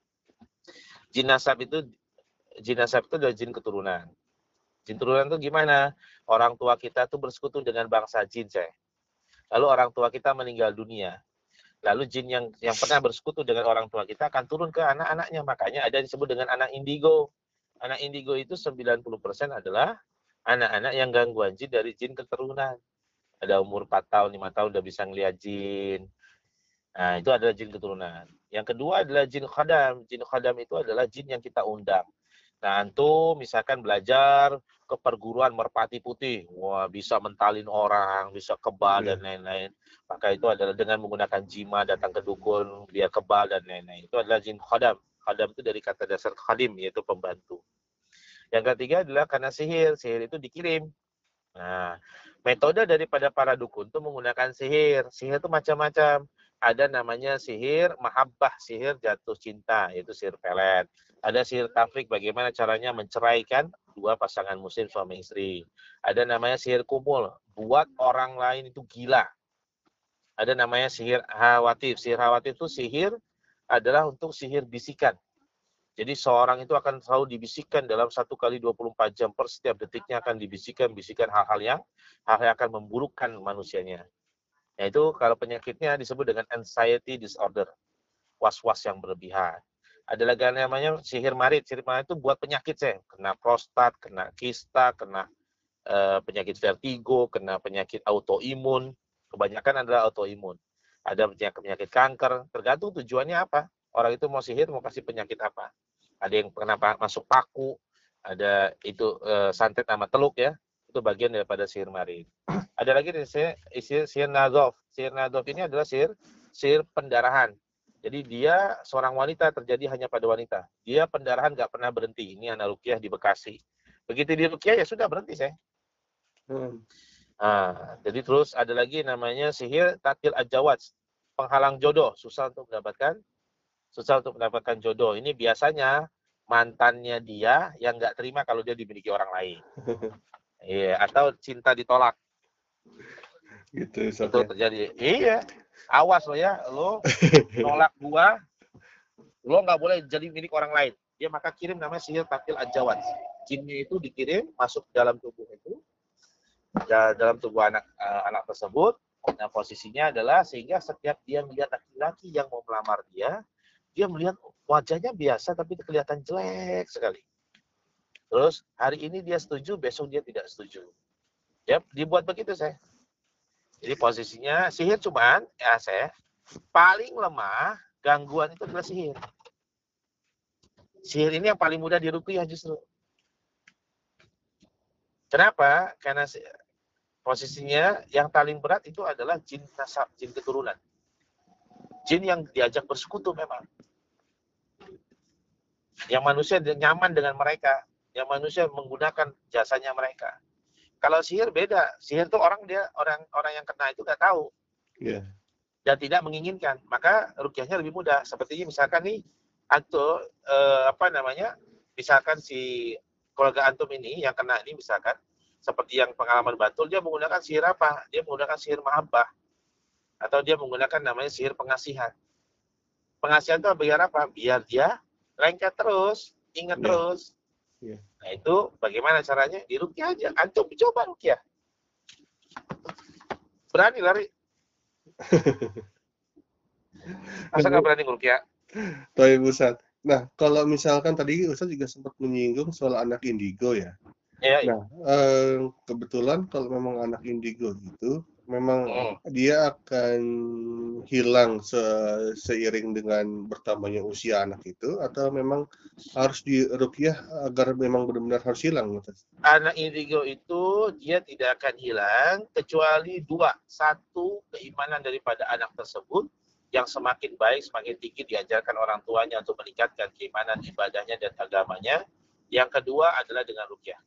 Jin nasab itu jin nasab itu adalah jin keturunan. Jin keturunan itu gimana? Orang tua kita tuh bersekutu dengan bangsa jin, saya. Lalu orang tua kita meninggal dunia. Lalu jin yang yang pernah bersekutu dengan orang tua kita akan turun ke anak-anaknya. Makanya ada yang disebut dengan anak indigo. Anak indigo itu sembilan puluh persen adalah anak-anak yang gangguan jin dari jin keturunan. Ada umur empat tahun, lima tahun udah bisa ngelihat jin. Nah, itu adalah jin keturunan. Yang kedua adalah jin khadam. Jin khadam itu adalah jin yang kita undang. Nah, antum misalkan belajar ke perguruan merpati putih, wah bisa mentalin orang, bisa kebal dan lain-lain. Maka itu adalah dengan menggunakan jima datang ke dukun biar kebal dan lain-lain. Itu adalah jin khadam. Khadam itu dari kata dasar khadim, yaitu pembantu. Yang ketiga adalah karena sihir. Sihir itu dikirim. Nah, metode daripada para dukun itu menggunakan sihir. Sihir itu macam-macam. Ada namanya sihir mahabbah, sihir jatuh cinta, yaitu sihir pelet. Ada sihir tafrik, bagaimana caranya menceraikan dua pasangan muslim suami istri. Ada namanya sihir kumul, buat orang lain itu gila. Ada namanya sihir hawatif. Sihir hawatif itu sihir adalah untuk sihir bisikan. Jadi seorang itu akan selalu dibisikkan dalam satu kali dua puluh empat jam, per setiap detiknya akan dibisikkan-bisikan hal-hal yang hal yang akan memburukkan manusianya. Yaitu kalau penyakitnya disebut dengan anxiety disorder, was-was yang berlebihan. Ada lagi namanya sihir marit. Sihir marit itu buat penyakit saya, kena prostat, kena kista, kena uh, penyakit vertigo, kena penyakit autoimun. Kebanyakan adalah autoimun. Ada penyakit penyakit kanker, tergantung tujuannya apa. Orang itu mau sihir, mau kasih penyakit apa. Ada yang kenapa masuk paku, ada itu uh, santet sama teluk ya, itu bagian daripada sihir marit. Ada lagi nih sihir, sihir, sihir nadhof. Sihir nadhof ini adalah sihir sihir pendarahan. Jadi dia seorang wanita, terjadi hanya pada wanita. Dia pendarahan nggak pernah berhenti. Ini anak ruqyah di Bekasi. Begitu di ruqyah ya sudah berhenti saya. Hmm. Nah, jadi terus ada lagi namanya sihir tatil ajawad, penghalang jodoh, susah untuk mendapatkan susah untuk mendapatkan jodoh. Ini biasanya mantannya dia yang nggak terima kalau dia dimiliki orang lain. Iya, atau cinta ditolak. Gitu, itu ya? Terjadi. Iya. Awas lo ya, lo nolak gua, lo nggak boleh jadi milik orang lain. Dia maka kirim namanya sihir tatil ajawad. Jinnya itu dikirim masuk dalam tubuh itu, dalam tubuh anak uh, anak tersebut. Nah, posisinya adalah sehingga setiap dia melihat laki-laki yang mau melamar dia, dia melihat wajahnya biasa tapi kelihatan jelek sekali. Terus hari ini dia setuju, besok dia tidak setuju. Ya, dibuat begitu saya. Jadi posisinya sihir cuman ya saya paling lemah gangguan itu adalah sihir. Sihir ini yang paling mudah diruqyah justru. Kenapa? Karena posisinya yang paling berat itu adalah jin nasab, jin keturunan. Jin yang diajak bersekutu memang. Yang manusia nyaman dengan mereka, yang manusia menggunakan jasanya mereka. Kalau sihir beda. Sihir itu orang dia orang orang yang kena itu nggak tahu. Yeah. Dan tidak menginginkan. Maka ruqyahnya lebih mudah. Seperti misalkan nih atau eh, apa namanya? Misalkan si keluarga antum ini yang kena ini misalkan seperti yang pengalaman Batul, dia menggunakan sihir apa? Dia menggunakan sihir mahabbah. Atau dia menggunakan namanya sihir pengasihan. Pengasihan itu biar apa? Biar dia lengket terus, ingat yeah. terus. Yeah. Nah itu bagaimana caranya? Di ruqyah aja. Antum coba ruqyah. Berani lari. Masa nggak berani ruqyah? Baik Ustaz. Nah kalau misalkan tadi Ustaz juga sempat menyinggung soal anak indigo ya. Ya, nah eh, kebetulan kalau memang anak indigo gitu, memang hmm. dia akan hilang se seiring dengan bertambahnya usia anak itu, atau memang harus diruqyah agar memang benar-benar harus hilang? Anak indigo itu dia tidak akan hilang kecuali dua. Satu, keimanan daripada anak tersebut yang semakin baik, semakin tinggi diajarkan orang tuanya untuk meningkatkan keimanan, ibadahnya, dan agamanya. Yang kedua adalah dengan ruqyah.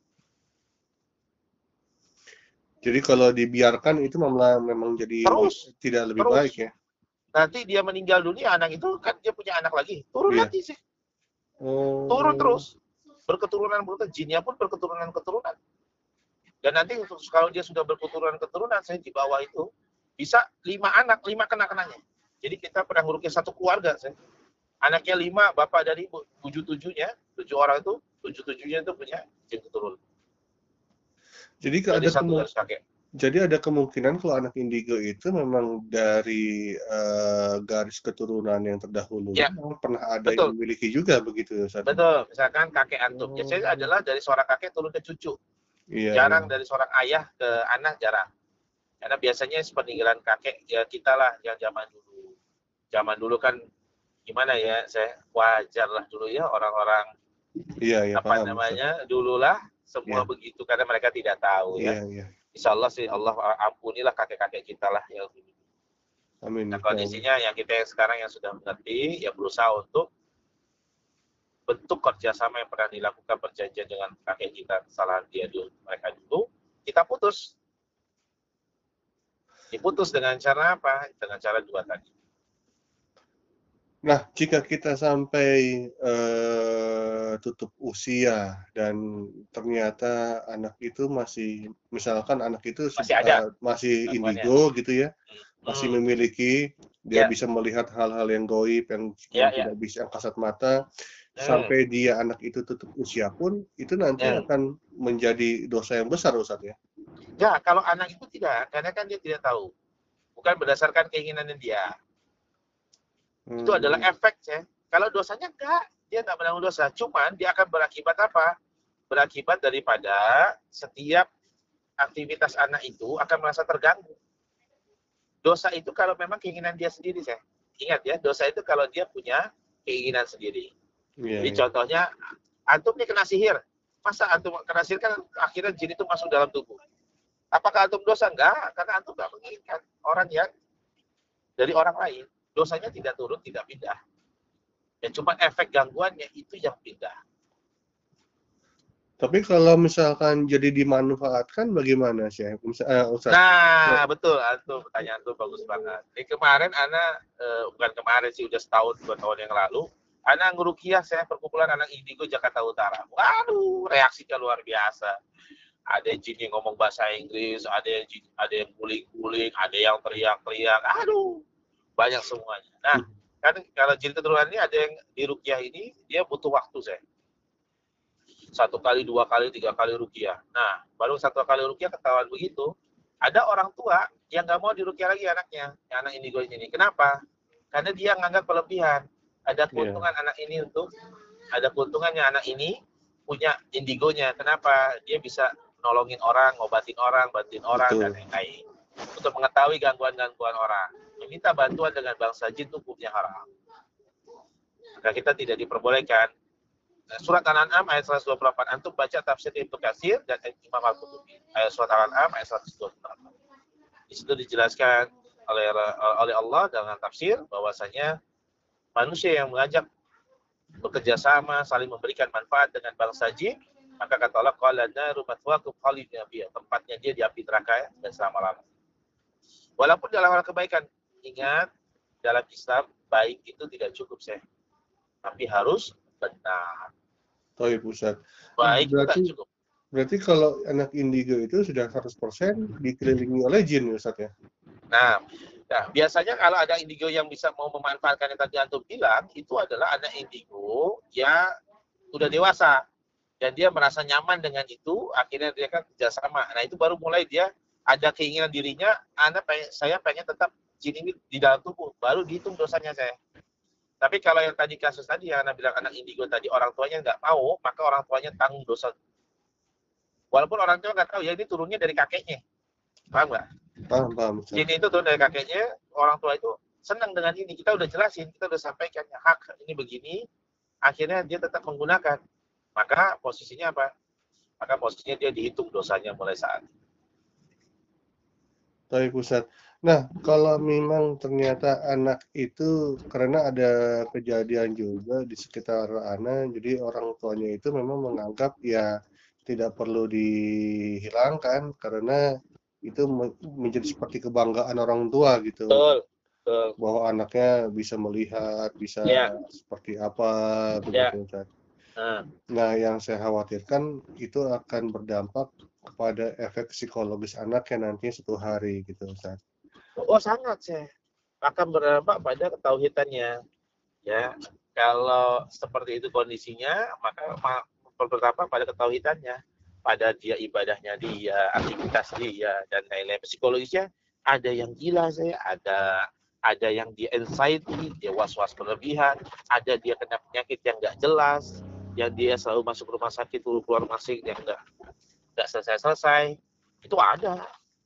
Jadi kalau dibiarkan itu malah memang jadi terus, tidak lebih terus. baik ya. Nanti dia meninggal dunia, anak itu kan dia punya anak lagi, turun yeah. lagi sih. Oh. Turun terus. Berketurunan berketurunan, jinnya pun berketurunan-keturunan. Dan nanti kalau dia sudah berketurunan-keturunan, saya di bawah itu bisa lima anak, lima kena-kenanya. Jadi kita pernah ngurukin satu keluarga, saya. Anaknya lima, bapak dari ibu, tujuh-tujuhnya, tujuh orang itu, tujuh-tujuhnya itu punya jin keturunan. Jadi ada kemu jadi ada kemungkinan kalau anak indigo itu memang dari uh, garis keturunan yang terdahulu ya. Pernah ada Betul. yang memiliki juga begitu Ustaz. Betul. Misalkan kakek antum, oh. biasanya adalah dari seorang kakek turun ke cucu. Iya, jarang iya. dari seorang ayah ke anak, jarang. Karena biasanya peninggalan kakek ya kita lah yang zaman dulu. Zaman dulu kan gimana ya, saya wajar lah dulu ya orang-orang iya, iya, apa paham, namanya Ustaz. Dululah semua yeah. begitu karena mereka tidak tahu ya. Yeah, yeah. Insya Allah sih Allah ampunilah kakek-kakek kita lah yang dulu. Amin. Nah kondisinya yang kita yang sekarang yang sudah mengerti ya berusaha untuk bentuk kerjasama yang pernah dilakukan perjanjian dengan kakek kita, kesalahan dia dulu mereka dulu kita putus. Diputus dengan cara apa? Dengan cara dua tadi. Nah, jika kita sampai uh, tutup usia dan ternyata anak itu masih, misalkan anak itu masih, ada. Uh, masih indigo gitu ya, hmm. masih memiliki, dia yeah. bisa melihat hal-hal yang gaib yang yeah, tidak yeah. bisa yang kasat mata, hmm. sampai dia anak itu tutup usia pun, itu nanti hmm. akan menjadi dosa yang besar Ustaz ya? Ya, kalau anak itu tidak, karena kan dia tidak tahu, bukan berdasarkan keinginan dia. Hmm. Itu adalah efek ya. Kalau dosanya enggak, dia enggak menanggung dosa. Cuman dia akan berakibat apa? Berakibat daripada setiap aktivitas anak itu akan merasa terganggu. Dosa itu kalau memang keinginan dia sendiri, saya. Ingat ya, dosa itu kalau dia punya keinginan sendiri. Iya, Jadi iya. contohnya, antum nih kena sihir. Masa antum kena sihir kan akhirnya jin itu masuk dalam tubuh. Apakah antum dosa? Enggak, karena antum enggak menginginkan orang yang dari orang lain. Dosanya tidak turun, tidak pindah. Ya cuma efek gangguannya itu yang pindah. Tapi kalau misalkan jadi dimanfaatkan bagaimana sih, Misal, eh, Ustaz? Nah, betul, antum pertanyaan tuh bagus banget. Ini kemarin Ana eh, bukan kemarin sih, udah setahun dua tahun yang lalu, Ana ngerukiah saya perkumpulan anak indigo Jakarta Utara. Waduh, reaksinya luar biasa. Ada jin yang ngomong bahasa Inggris, ada yang jin, ada yang guling-guling, ada yang teriak-teriak. Aduh, banyak semuanya. Nah, kan kalau jin keturunan ini ada yang di rukiah ini dia butuh waktu, saya. Satu kali, dua kali, tiga kali rukiah. Nah, baru satu kali rukiah ketahuan begitu, ada orang tua yang nggak mau dirukiah lagi anaknya, yang anak indigo ini. Kenapa? Karena dia nganggap kelebihan. Ada keuntungan yeah. anak ini untuk, ada keuntungannya anak ini punya indigonya. Kenapa? Dia bisa nolongin orang, ngobatin orang, bantuin orang, Betul. dan lain-lain. Untuk mengetahui gangguan-gangguan orang. Meminta bantuan dengan bangsa jin itu hukumnya haram. Maka kita tidak diperbolehkan. Surat Al-An'am ayat seratus dua puluh delapan. Antum baca tafsir Ibnu Katsir dan Imam Al-Qurtubi. Ayat surat Al-An'am ayat seratus dua puluh delapan. Di situ dijelaskan oleh oleh Allah dalam tafsir bahwasanya manusia yang mengajak bekerja sama, saling memberikan manfaat dengan bangsa jin, maka kata Allah qala naru matwaqu khalidina fiha, tempatnya dia di api neraka dan selama-lamanya. Walaupun dalam hal kebaikan, ingat dalam Islam baik itu tidak cukup, saya. Tapi harus benar. Baik, Ustaz. Baik berarti, itu cukup. Berarti kalau anak indigo itu sudah seratus persen dikelilingi oleh jin, Ustaz ya? Nah, nah, biasanya kalau ada indigo yang bisa mau memanfaatkan yang tadi antum bilang, itu adalah anak indigo yang sudah dewasa. Dan dia merasa nyaman dengan itu, akhirnya dia kan kerjasama. Nah, itu baru mulai dia ada keinginan dirinya, anak pengen, saya pengen tetap jin ini di dalam tubuh. Baru dihitung dosanya saya. Tapi kalau yang tadi kasus tadi, yang Anda bilang anak indigo tadi, orang tuanya nggak mau, maka orang tuanya tanggung dosa. Walaupun orang tua nggak tahu, ya ini turunnya dari kakeknya. Paham nggak? Paham, paham. Jin itu turun dari kakeknya, orang tua itu senang dengan ini. Kita udah jelasin, kita udah sampaikan, ya, hak ini begini, akhirnya dia tetap menggunakan. Maka posisinya apa? Maka posisinya dia dihitung dosanya mulai saat itu. Baik, Ustaz. Nah, kalau memang ternyata anak itu, karena ada kejadian juga di sekitar Ana, jadi orang tuanya itu memang menganggap ya tidak perlu dihilangkan, karena itu menjadi seperti kebanggaan orang tua gitu. Betul, betul. Bahwa anaknya bisa melihat, bisa ya. seperti apa, begitu, ya. Ustaz. Hmm. Nah, yang saya khawatirkan itu akan berdampak kepada efek psikologis anak yang nantinya suatu hari gitu, Ustaz. Oh, sangat, saya akan berdampak pada ketauhidannya. Ya, kalau seperti itu kondisinya, maka berdampak pada ketauhidannya, pada dia ibadahnya dia, aktivitas dia dan lain-lain. Psikologisnya ada yang gila, saya ada ada yang dia anxiety, dia was-was berlebihan, ada dia kena penyakit yang nggak jelas, yang dia selalu masuk rumah sakit, keluar rumah sakit yang nggak nggak selesai-selesai, itu ada.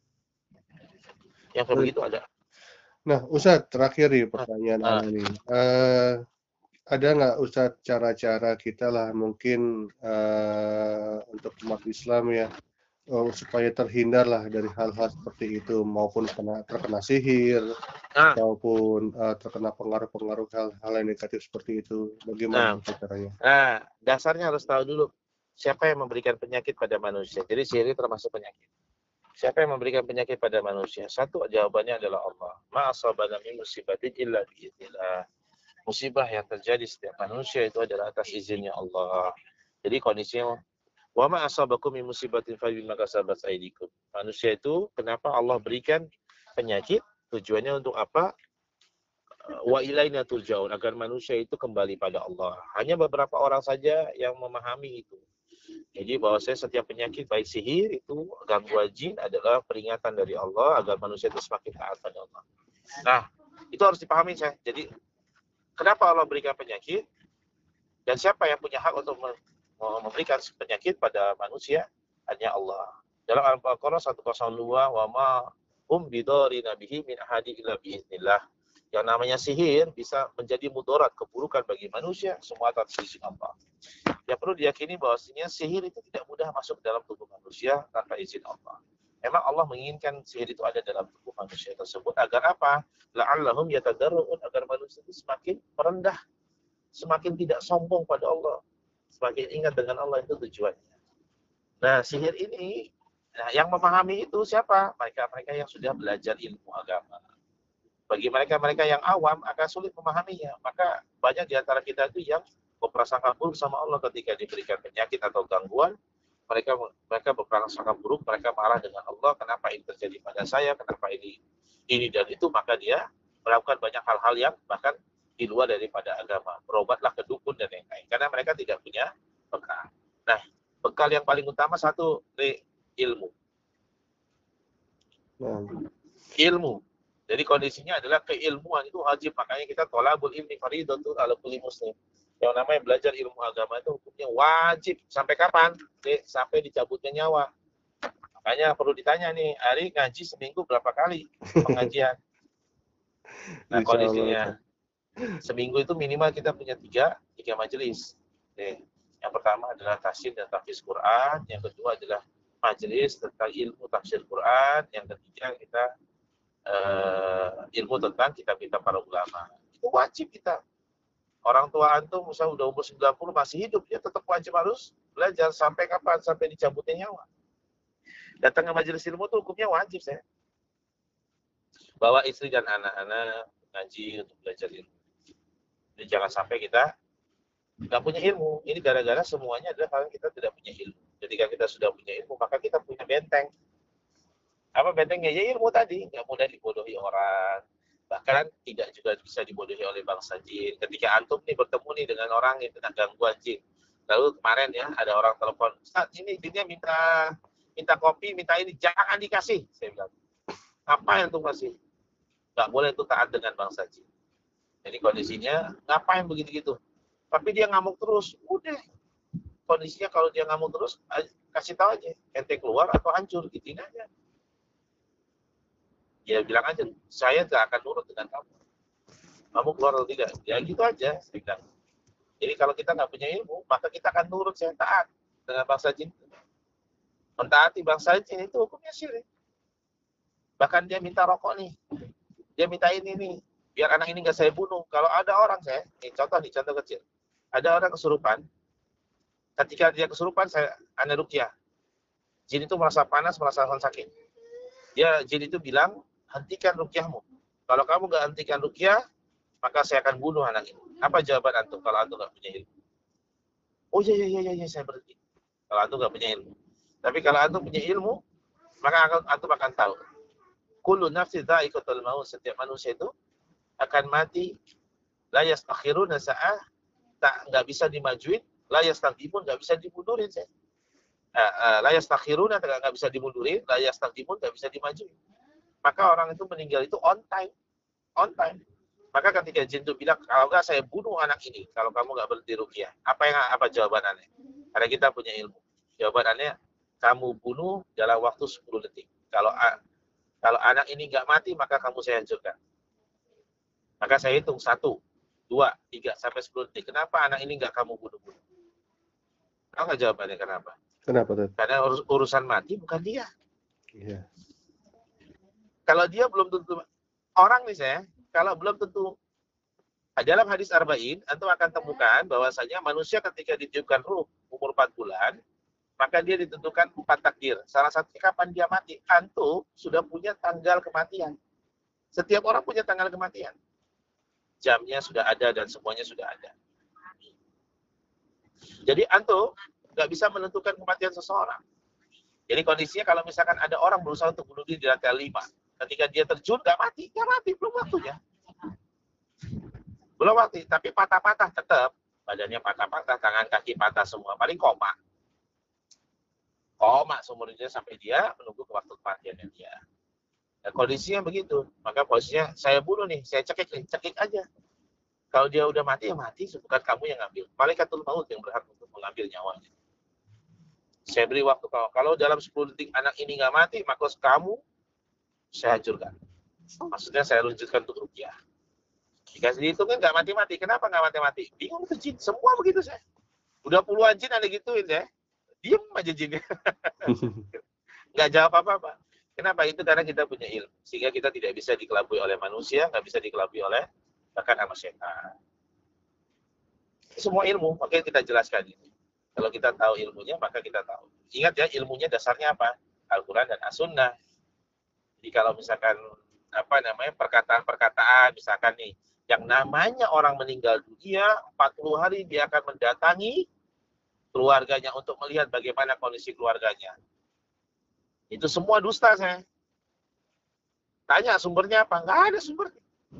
Yang kayak begitu ada. Nah, Ustadz, terakhir nih pertanyaan uh, Ana nih. Uh, ada nggak Ustadz cara-cara kita lah mungkin uh, untuk umat Islam ya, uh, supaya terhindar lah dari hal-hal seperti itu, maupun kena, terkena sihir, uh, ataupun uh, terkena pengaruh-pengaruh hal-hal yang negatif seperti itu. Bagaimana uh, caranya? Nah, dasarnya harus tahu dulu siapa yang memberikan penyakit pada manusia. Jadi sihir termasuk penyakit. Siapa yang memberikan penyakit pada manusia? Satu, jawabannya adalah Allah. Ma asabana min musibatin illa biiznillah. Musibah yang terjadi setiap manusia itu adalah atas izinnya Allah. Jadi kondisinya, wa ma asabakum min musibatin fa bima kasabat aydikum. Manusia itu kenapa Allah berikan penyakit? Tujuannya untuk apa? Wa ilaina turja'un, agar manusia itu kembali pada Allah. Hanya beberapa orang saja yang memahami itu. Jadi bahwasanya setiap penyakit baik sihir itu gangguan jin adalah peringatan dari Allah agar manusia itu semakin taat pada Allah. Nah, itu harus dipahami, saya. Jadi Kenapa Allah berikan penyakit? Dan siapa yang punya hak untuk memberikan penyakit pada manusia? Hanya Allah. Dalam Al-Baqarah seratus dua, wa ma hum bidharina bihi min ahadi illa biiznillah. Yang namanya sihir bisa menjadi mudarat, keburukan bagi manusia, semua atas izin Allah. Yang perlu diyakini bahwasanya sihir itu tidak mudah masuk dalam tubuh manusia tanpa izin Allah. Memang Allah menginginkan sihir itu ada dalam tubuh manusia tersebut agar apa? La'allahum yatadarru'un, agar manusia itu semakin merendah, semakin tidak sombong pada Allah, semakin ingat dengan Allah, itu tujuannya. Nah, sihir ini, nah, yang memahami itu siapa? Mereka-mereka yang sudah belajar ilmu agama. Bagi mereka-mereka yang awam akan sulit memahaminya. Maka banyak di antara kita itu yang berprasangka buruk sama Allah ketika diberikan penyakit atau gangguan. Mereka mereka berprasangka buruk, mereka marah dengan Allah, kenapa ini terjadi pada saya, kenapa ini ini dan itu, maka dia melakukan banyak hal-hal yang bahkan di luar daripada agama. Berobatlah ke dukun dan lain-lain, karena mereka tidak punya bekal. Nah, bekal yang paling utama satu, ilmu. Nah. Ilmu. Jadi kondisinya adalah keilmuan itu wajib, makanya kita thalabul ilmi fardhatun 'ala kulli muslim. Yang namanya belajar ilmu agama itu hukumnya wajib. Sampai kapan? Sampai dicabutnya nyawa. Makanya perlu ditanya nih, Ari ngaji seminggu berapa kali pengajian? Nah, kondisinya seminggu itu minimal kita punya tiga, tiga majelis. Nih, yang pertama adalah tafsir dan tahfiz Quran, yang kedua adalah majelis tentang ilmu tafsir Quran, yang ketiga kita uh, ilmu tentang kitab-kitab para ulama. Itu wajib kita. Orang tua antum misalnya udah umur sembilan puluh masih hidup, dia tetap wajib harus belajar sampai kapan? Sampai dicabutnya nyawa. Datang ke majelis ilmu itu hukumnya wajib, saya. Bawa istri dan anak-anak ngaji untuk belajar ilmu. Jadi jangan sampai kita nggak punya ilmu. Ini gara-gara semuanya adalah karena kita tidak punya ilmu. Ketika kita sudah punya ilmu, maka kita punya benteng. Apa bentengnya? Ya ilmu tadi. Nggak mudah dibodohi orang. Bahkan tidak juga bisa dibodohi oleh bangsa jin. Ketika antum nih bertemu nih dengan orang yang kena gangguan jin. Lalu kemarin ya ada orang telepon, Ustaz ini jinnya minta minta kopi, minta ini, jangan dikasih. Saya bilang, apa yang tuh kasih? Nggak boleh itu taat dengan bangsa jin. Jadi kondisinya ngapain begitu-gitu? Tapi dia ngamuk terus. Udah. Kondisinya kalau dia ngamuk terus, kasih tahu aja, ente keluar atau hancur, gituin aja. Ya bilang aja, saya nggak akan nurut dengan kamu. Kamu keluar atau tidak? Ya gitu aja, saya bilang. Jadi kalau kita nggak punya ilmu, maka kita akan nurut, saya taat dengan bangsa jin. Mentaati bangsa jin itu hukumnya syirik. Bahkan dia minta rokok nih, dia minta ini nih, biar anak ini nggak saya bunuh. Kalau ada orang saya, nih contoh nih, contoh kecil. Ada orang kesurupan, ketika dia kesurupan, saya ana ruqyah. Jin itu merasa panas, merasa sakit. Dia jin itu bilang, hentikan ruqyahmu. Kalau kamu nggak hentikan ruqyah, maka saya akan bunuh anak ini. Apa jawaban antum kalau antum nggak punya ilmu? Oh iya iya iya iya saya berhenti. Kalau antum nggak punya ilmu. Tapi kalau antum punya ilmu, maka antum akan tahu. Kullu nafsin dha'iqatul maut, setiap manusia itu akan mati. La yastakhiruna sa'ah, tak nggak bisa dimajuin, la yastaqdimun, nggak bisa dimundurin saya. La yastakhiruna, nggak bisa dimundurin, la yastaqdimun, nggak bisa dimajuin. Maka orang itu meninggal itu on time, on time. Maka ketika jin itu bilang, kalau nggak saya bunuh anak ini, kalau kamu nggak berhenti ruqyah, apa yang apa jawaban aneh? Karena kita punya ilmu. Jawaban aneh, kamu bunuh dalam waktu sepuluh detik. Kalau kalau anak ini nggak mati, maka kamu saya hancurkan. Maka saya hitung satu, dua, tiga sampai sepuluh detik. Kenapa anak ini nggak kamu bunuh-bunuh? Tahu nggak jawabannya kenapa? Kenapa tuh? Karena urus, urusan mati bukan dia. Iya. Kalau dia belum tentu orang nih saya, kalau belum tentu dalam hadis arba'in, antum akan temukan bahwasanya manusia ketika ditiupkan ruh umur empat bulan, maka dia ditentukan empat takdir. Salah satunya kapan dia mati. Antum sudah punya tanggal kematian. Setiap orang punya tanggal kematian. Jamnya sudah ada dan semuanya sudah ada. Jadi antum nggak bisa menentukan kematian seseorang. Jadi kondisinya kalau misalkan ada orang berusaha untuk bunuh diri di lantai lima, ketika dia terjun nggak mati, nggak mati, belum waktunya. Belum waktu, tapi patah-patah tetap. Badannya patah-patah, tangan kaki patah semua, paling koma. Koma seumur hidupnya sampai dia menunggu ke waktu kematiannya dia. Nah, kondisinya begitu. Maka posisinya saya bunuh nih, saya cekik nih, cekik aja. Kalau dia udah mati, ya mati, bukan kamu yang ngambil. Malaikatul maut yang berhak untuk mengambil nyawanya. Saya beri waktu kau. Kalau dalam sepuluh detik anak ini nggak mati, maka kamu saya hancurkan. Maksudnya saya lanjutkan untuk rukyah. Dikasih itu kan nggak mati-mati. Kenapa nggak mati-mati? Bingung tuh jin. Semua begitu saya. Udah puluhan jin ada gituin ya. Diem aja jinnya. Nggak jawab apa-apa. Kenapa? Itu karena kita punya ilmu. Sehingga kita tidak bisa dikelabui oleh manusia, nggak bisa dikelabui oleh bahkan sama setan. Semua ilmu, makanya kita jelaskan ini. Kalau kita tahu ilmunya, maka kita tahu. Ingat ya, ilmunya dasarnya apa? Al-Quran dan As-Sunnah. Jadi kalau misalkan apa namanya perkataan-perkataan, misalkan nih, yang namanya orang meninggal dunia, empat puluh hari dia akan mendatangi keluarganya untuk melihat bagaimana kondisi keluarganya. Itu semua dusta saya. Tanya sumbernya apa? Nggak ada sumbernya.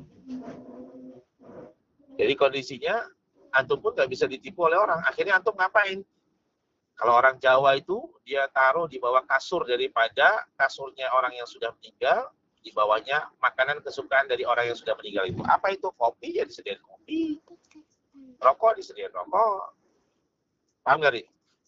Jadi kondisinya, antum pun nggak bisa ditipu oleh orang. Akhirnya antum ngapain? Kalau orang Jawa itu, dia taruh di bawah kasur daripada kasurnya orang yang sudah meninggal, di bawahnya makanan kesukaan dari orang yang sudah meninggal itu. Apa itu? Kopi, ya disediakan kopi. Rokok, disediakan rokok. Paham nggak, Ri?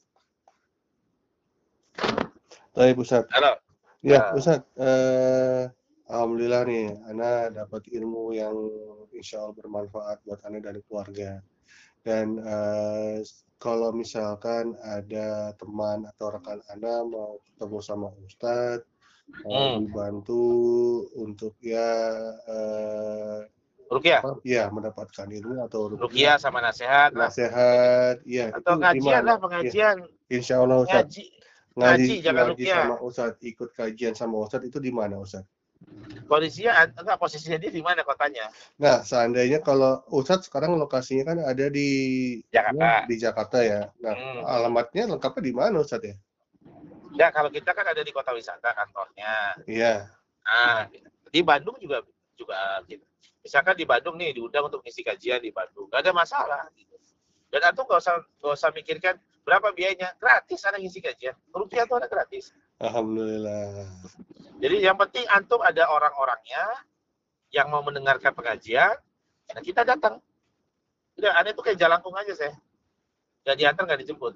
Baik, Ustaz. Halo? Ya, Nah. Ustaz. Eh, Alhamdulillah nih, Ana dapat ilmu yang insya Allah bermanfaat buat Ana dan keluarga. Dan eh, kalau misalkan ada teman atau rekan Ana mau ketemu sama Ustadz, mau Hmm. dibantu untuk ya eh, Rukyah? apa, ya mendapatkan ilmu atau Rukyah sama nasihat lah. nasihat, ya Atau itu ngajian gimana? lah, pengajian. Ya, insya Allah Ustadz. Ngaji. Ngaji, Ngaji, jangan ngaji rukyah. sama Ustadz, ikut kajian sama Ustadz itu di mana Ustadz? Kondisinya, enggak, posisinya dia di mana kotanya? Nah, seandainya kalau Ustadz sekarang lokasinya kan ada di Jakarta. ya, di Jakarta ya. Nah, Hmm. alamatnya lengkapnya di mana Ustadz ya? Ya, kalau kita kan ada di kota wisata kantornya. Iya. Nah, di Bandung juga juga gitu. Misalkan di Bandung nih diundang untuk ngisi kajian di Bandung, nggak ada masalah. Gitu. Dan antum nggak usah nggak usah mikirkan berapa biayanya, gratis ada ngisi kajian. Rupiah itu ada gratis. Alhamdulillah. Jadi yang penting antum ada orang-orangnya yang mau mendengarkan pengajian, dan kita datang. Udah, aneh itu kayak jalangkung aja saya. Nggak diantar, nggak dijemput.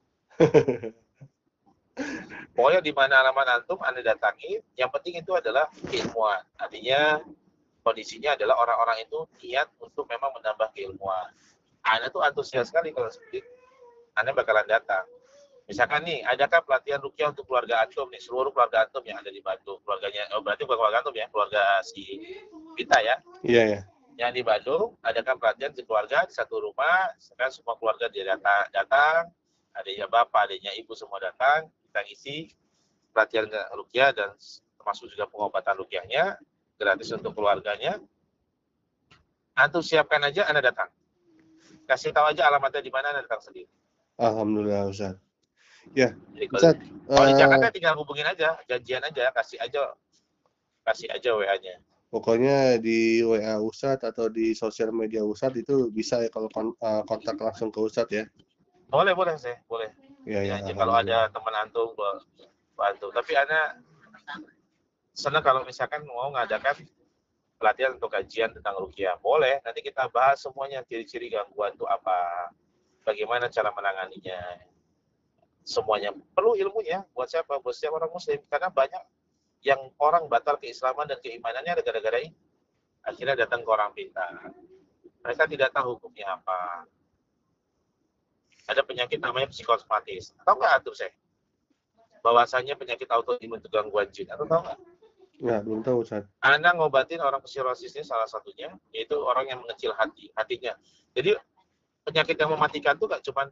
Pokoknya di mana alamat antum, Anda datangi. Yang penting itu adalah keilmuan. Artinya kondisinya adalah orang-orang itu niat untuk memang menambah keilmuan. Anda tuh antusias sekali kalau seperti itu. Anda bakalan datang. Misalkan nih, adakah pelatihan rukyah untuk keluarga antum nih, seluruh keluarga antum yang ada di Bandung, keluarganya, oh berarti bukan keluarga antum ya, keluarga si kita ya. Iya ya. Yang di Bandung, adakan pelatihan di keluarga di satu rumah, sekarang semua keluarga dia datang, datang, adanya bapak, adanya ibu semua datang, kita ngisi pelatihan rukyah dan termasuk juga pengobatan rukyahnya, gratis untuk keluarganya. Antum siapkan aja, Anda datang. Kasih tahu aja alamatnya di mana, Anda datang sendiri. Alhamdulillah Ustaz. Ya, Jadi kalau, Ustaz, kalau di uh, Jakarta tinggal hubungin aja, janjian aja, kasih aja, kasih aja W A-nya. Pokoknya di W A Ustaz atau di sosial media Ustaz itu bisa ya kalau kon uh, kontak langsung ke Ustaz ya. Boleh, boleh saya, boleh. Ya, ya, ya kalau ada teman antum bantu. Tapi Ana senang kalau misalkan mau ngadakan pelatihan untuk kajian tentang rukyah. Boleh, nanti kita bahas semuanya, ciri-ciri gangguan itu apa, bagaimana cara menanganinya. Semuanya perlu ilmunya. Buat siapa? Buat setiap orang muslim. Karena banyak yang orang batal keislaman dan keimanannya ada gara-gara ini. Akhirnya datang ke orang pintar. Mereka tidak tahu hukumnya apa. Ada penyakit namanya psikosomatis. Tahu nggak atur saya? Bahwasanya penyakit autoimun itu gangguan jin. Atau tahu nggak? Nggak, belum tahu Ustaz. Anda ngobatin orang psirosis ini salah satunya, yaitu orang yang mengecil hati, hatinya. Jadi penyakit yang mematikan itu nggak cuma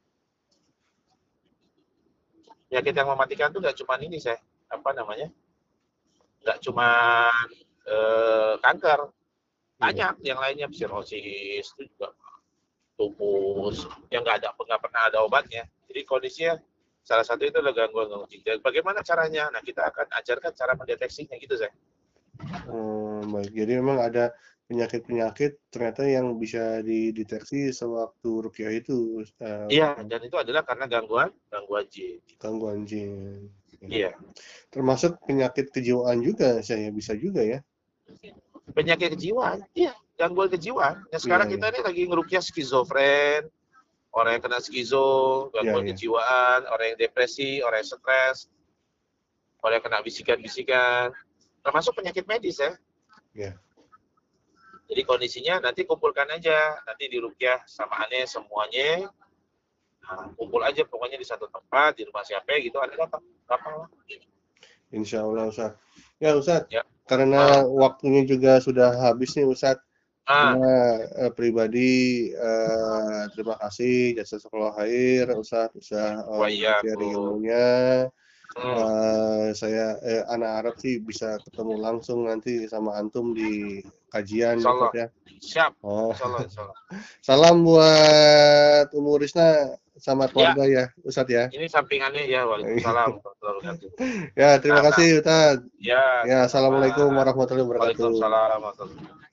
penyakit yang mematikan itu nggak cuma ini saya apa namanya? Nggak cuma eh, kanker, banyak yang lainnya, psirosis itu juga lupus yang nggak ada nggak pernah ada obatnya. Jadi kondisinya salah satu itu adalah gangguan gangguan jiwa. Bagaimana caranya? Nah, kita akan ajarkan cara mendeteksinya gitu saya. Hmm, baik. Jadi memang ada penyakit-penyakit ternyata yang bisa dideteksi sewaktu rukyah itu. Uh, iya, dan itu adalah karena gangguan gangguan jin. Gangguan jin. Iya. Termasuk penyakit kejiwaan juga saya bisa juga ya. Penyakit kejiwaan, iya. gangguan kejiwaan. Ya Iya, sekarang iya. kita ini lagi ngerukyah skizofren, orang yang kena skizo, Iya, gangguan iya. kejiwaan, orang yang depresi, orang yang stres, orang yang kena bisikan-bisikan, termasuk penyakit medis ya. Iya. Jadi kondisinya nanti kumpulkan aja, nanti dirukyah samaannya semuanya, nah, kumpul aja pokoknya di satu tempat, di rumah siapa gitu, ada datang, gampang lah. Insya Allah Ustaz. Ya Ustaz, Ya. karena Ah, waktunya juga sudah habis nih Ustaz. ah, Saya eh, pribadi eh, terima kasih jazakallahu khair Ustaz, Ustaz wah eh, iya sharing aku. ilmunya. Hmm, Eh, saya eh, anak Arab sih bisa ketemu langsung nanti sama antum di kajian insya Ustaz Allah. ya. Siap, Oh. insya Allah, insya Allah. Salam buat Umu Risna sama Ya, keluarga ya Ustaz ya. ini sampingannya ya, waalaikumsalam warahmatullahi wabarakatuh. Ya, terima Nah, nah, kasih Ustaz. ya, Ya, sama-sama. Assalamualaikum warahmatullahi wabarakatuh. Waalaikumsalam warahmatullahi wabarakatuh.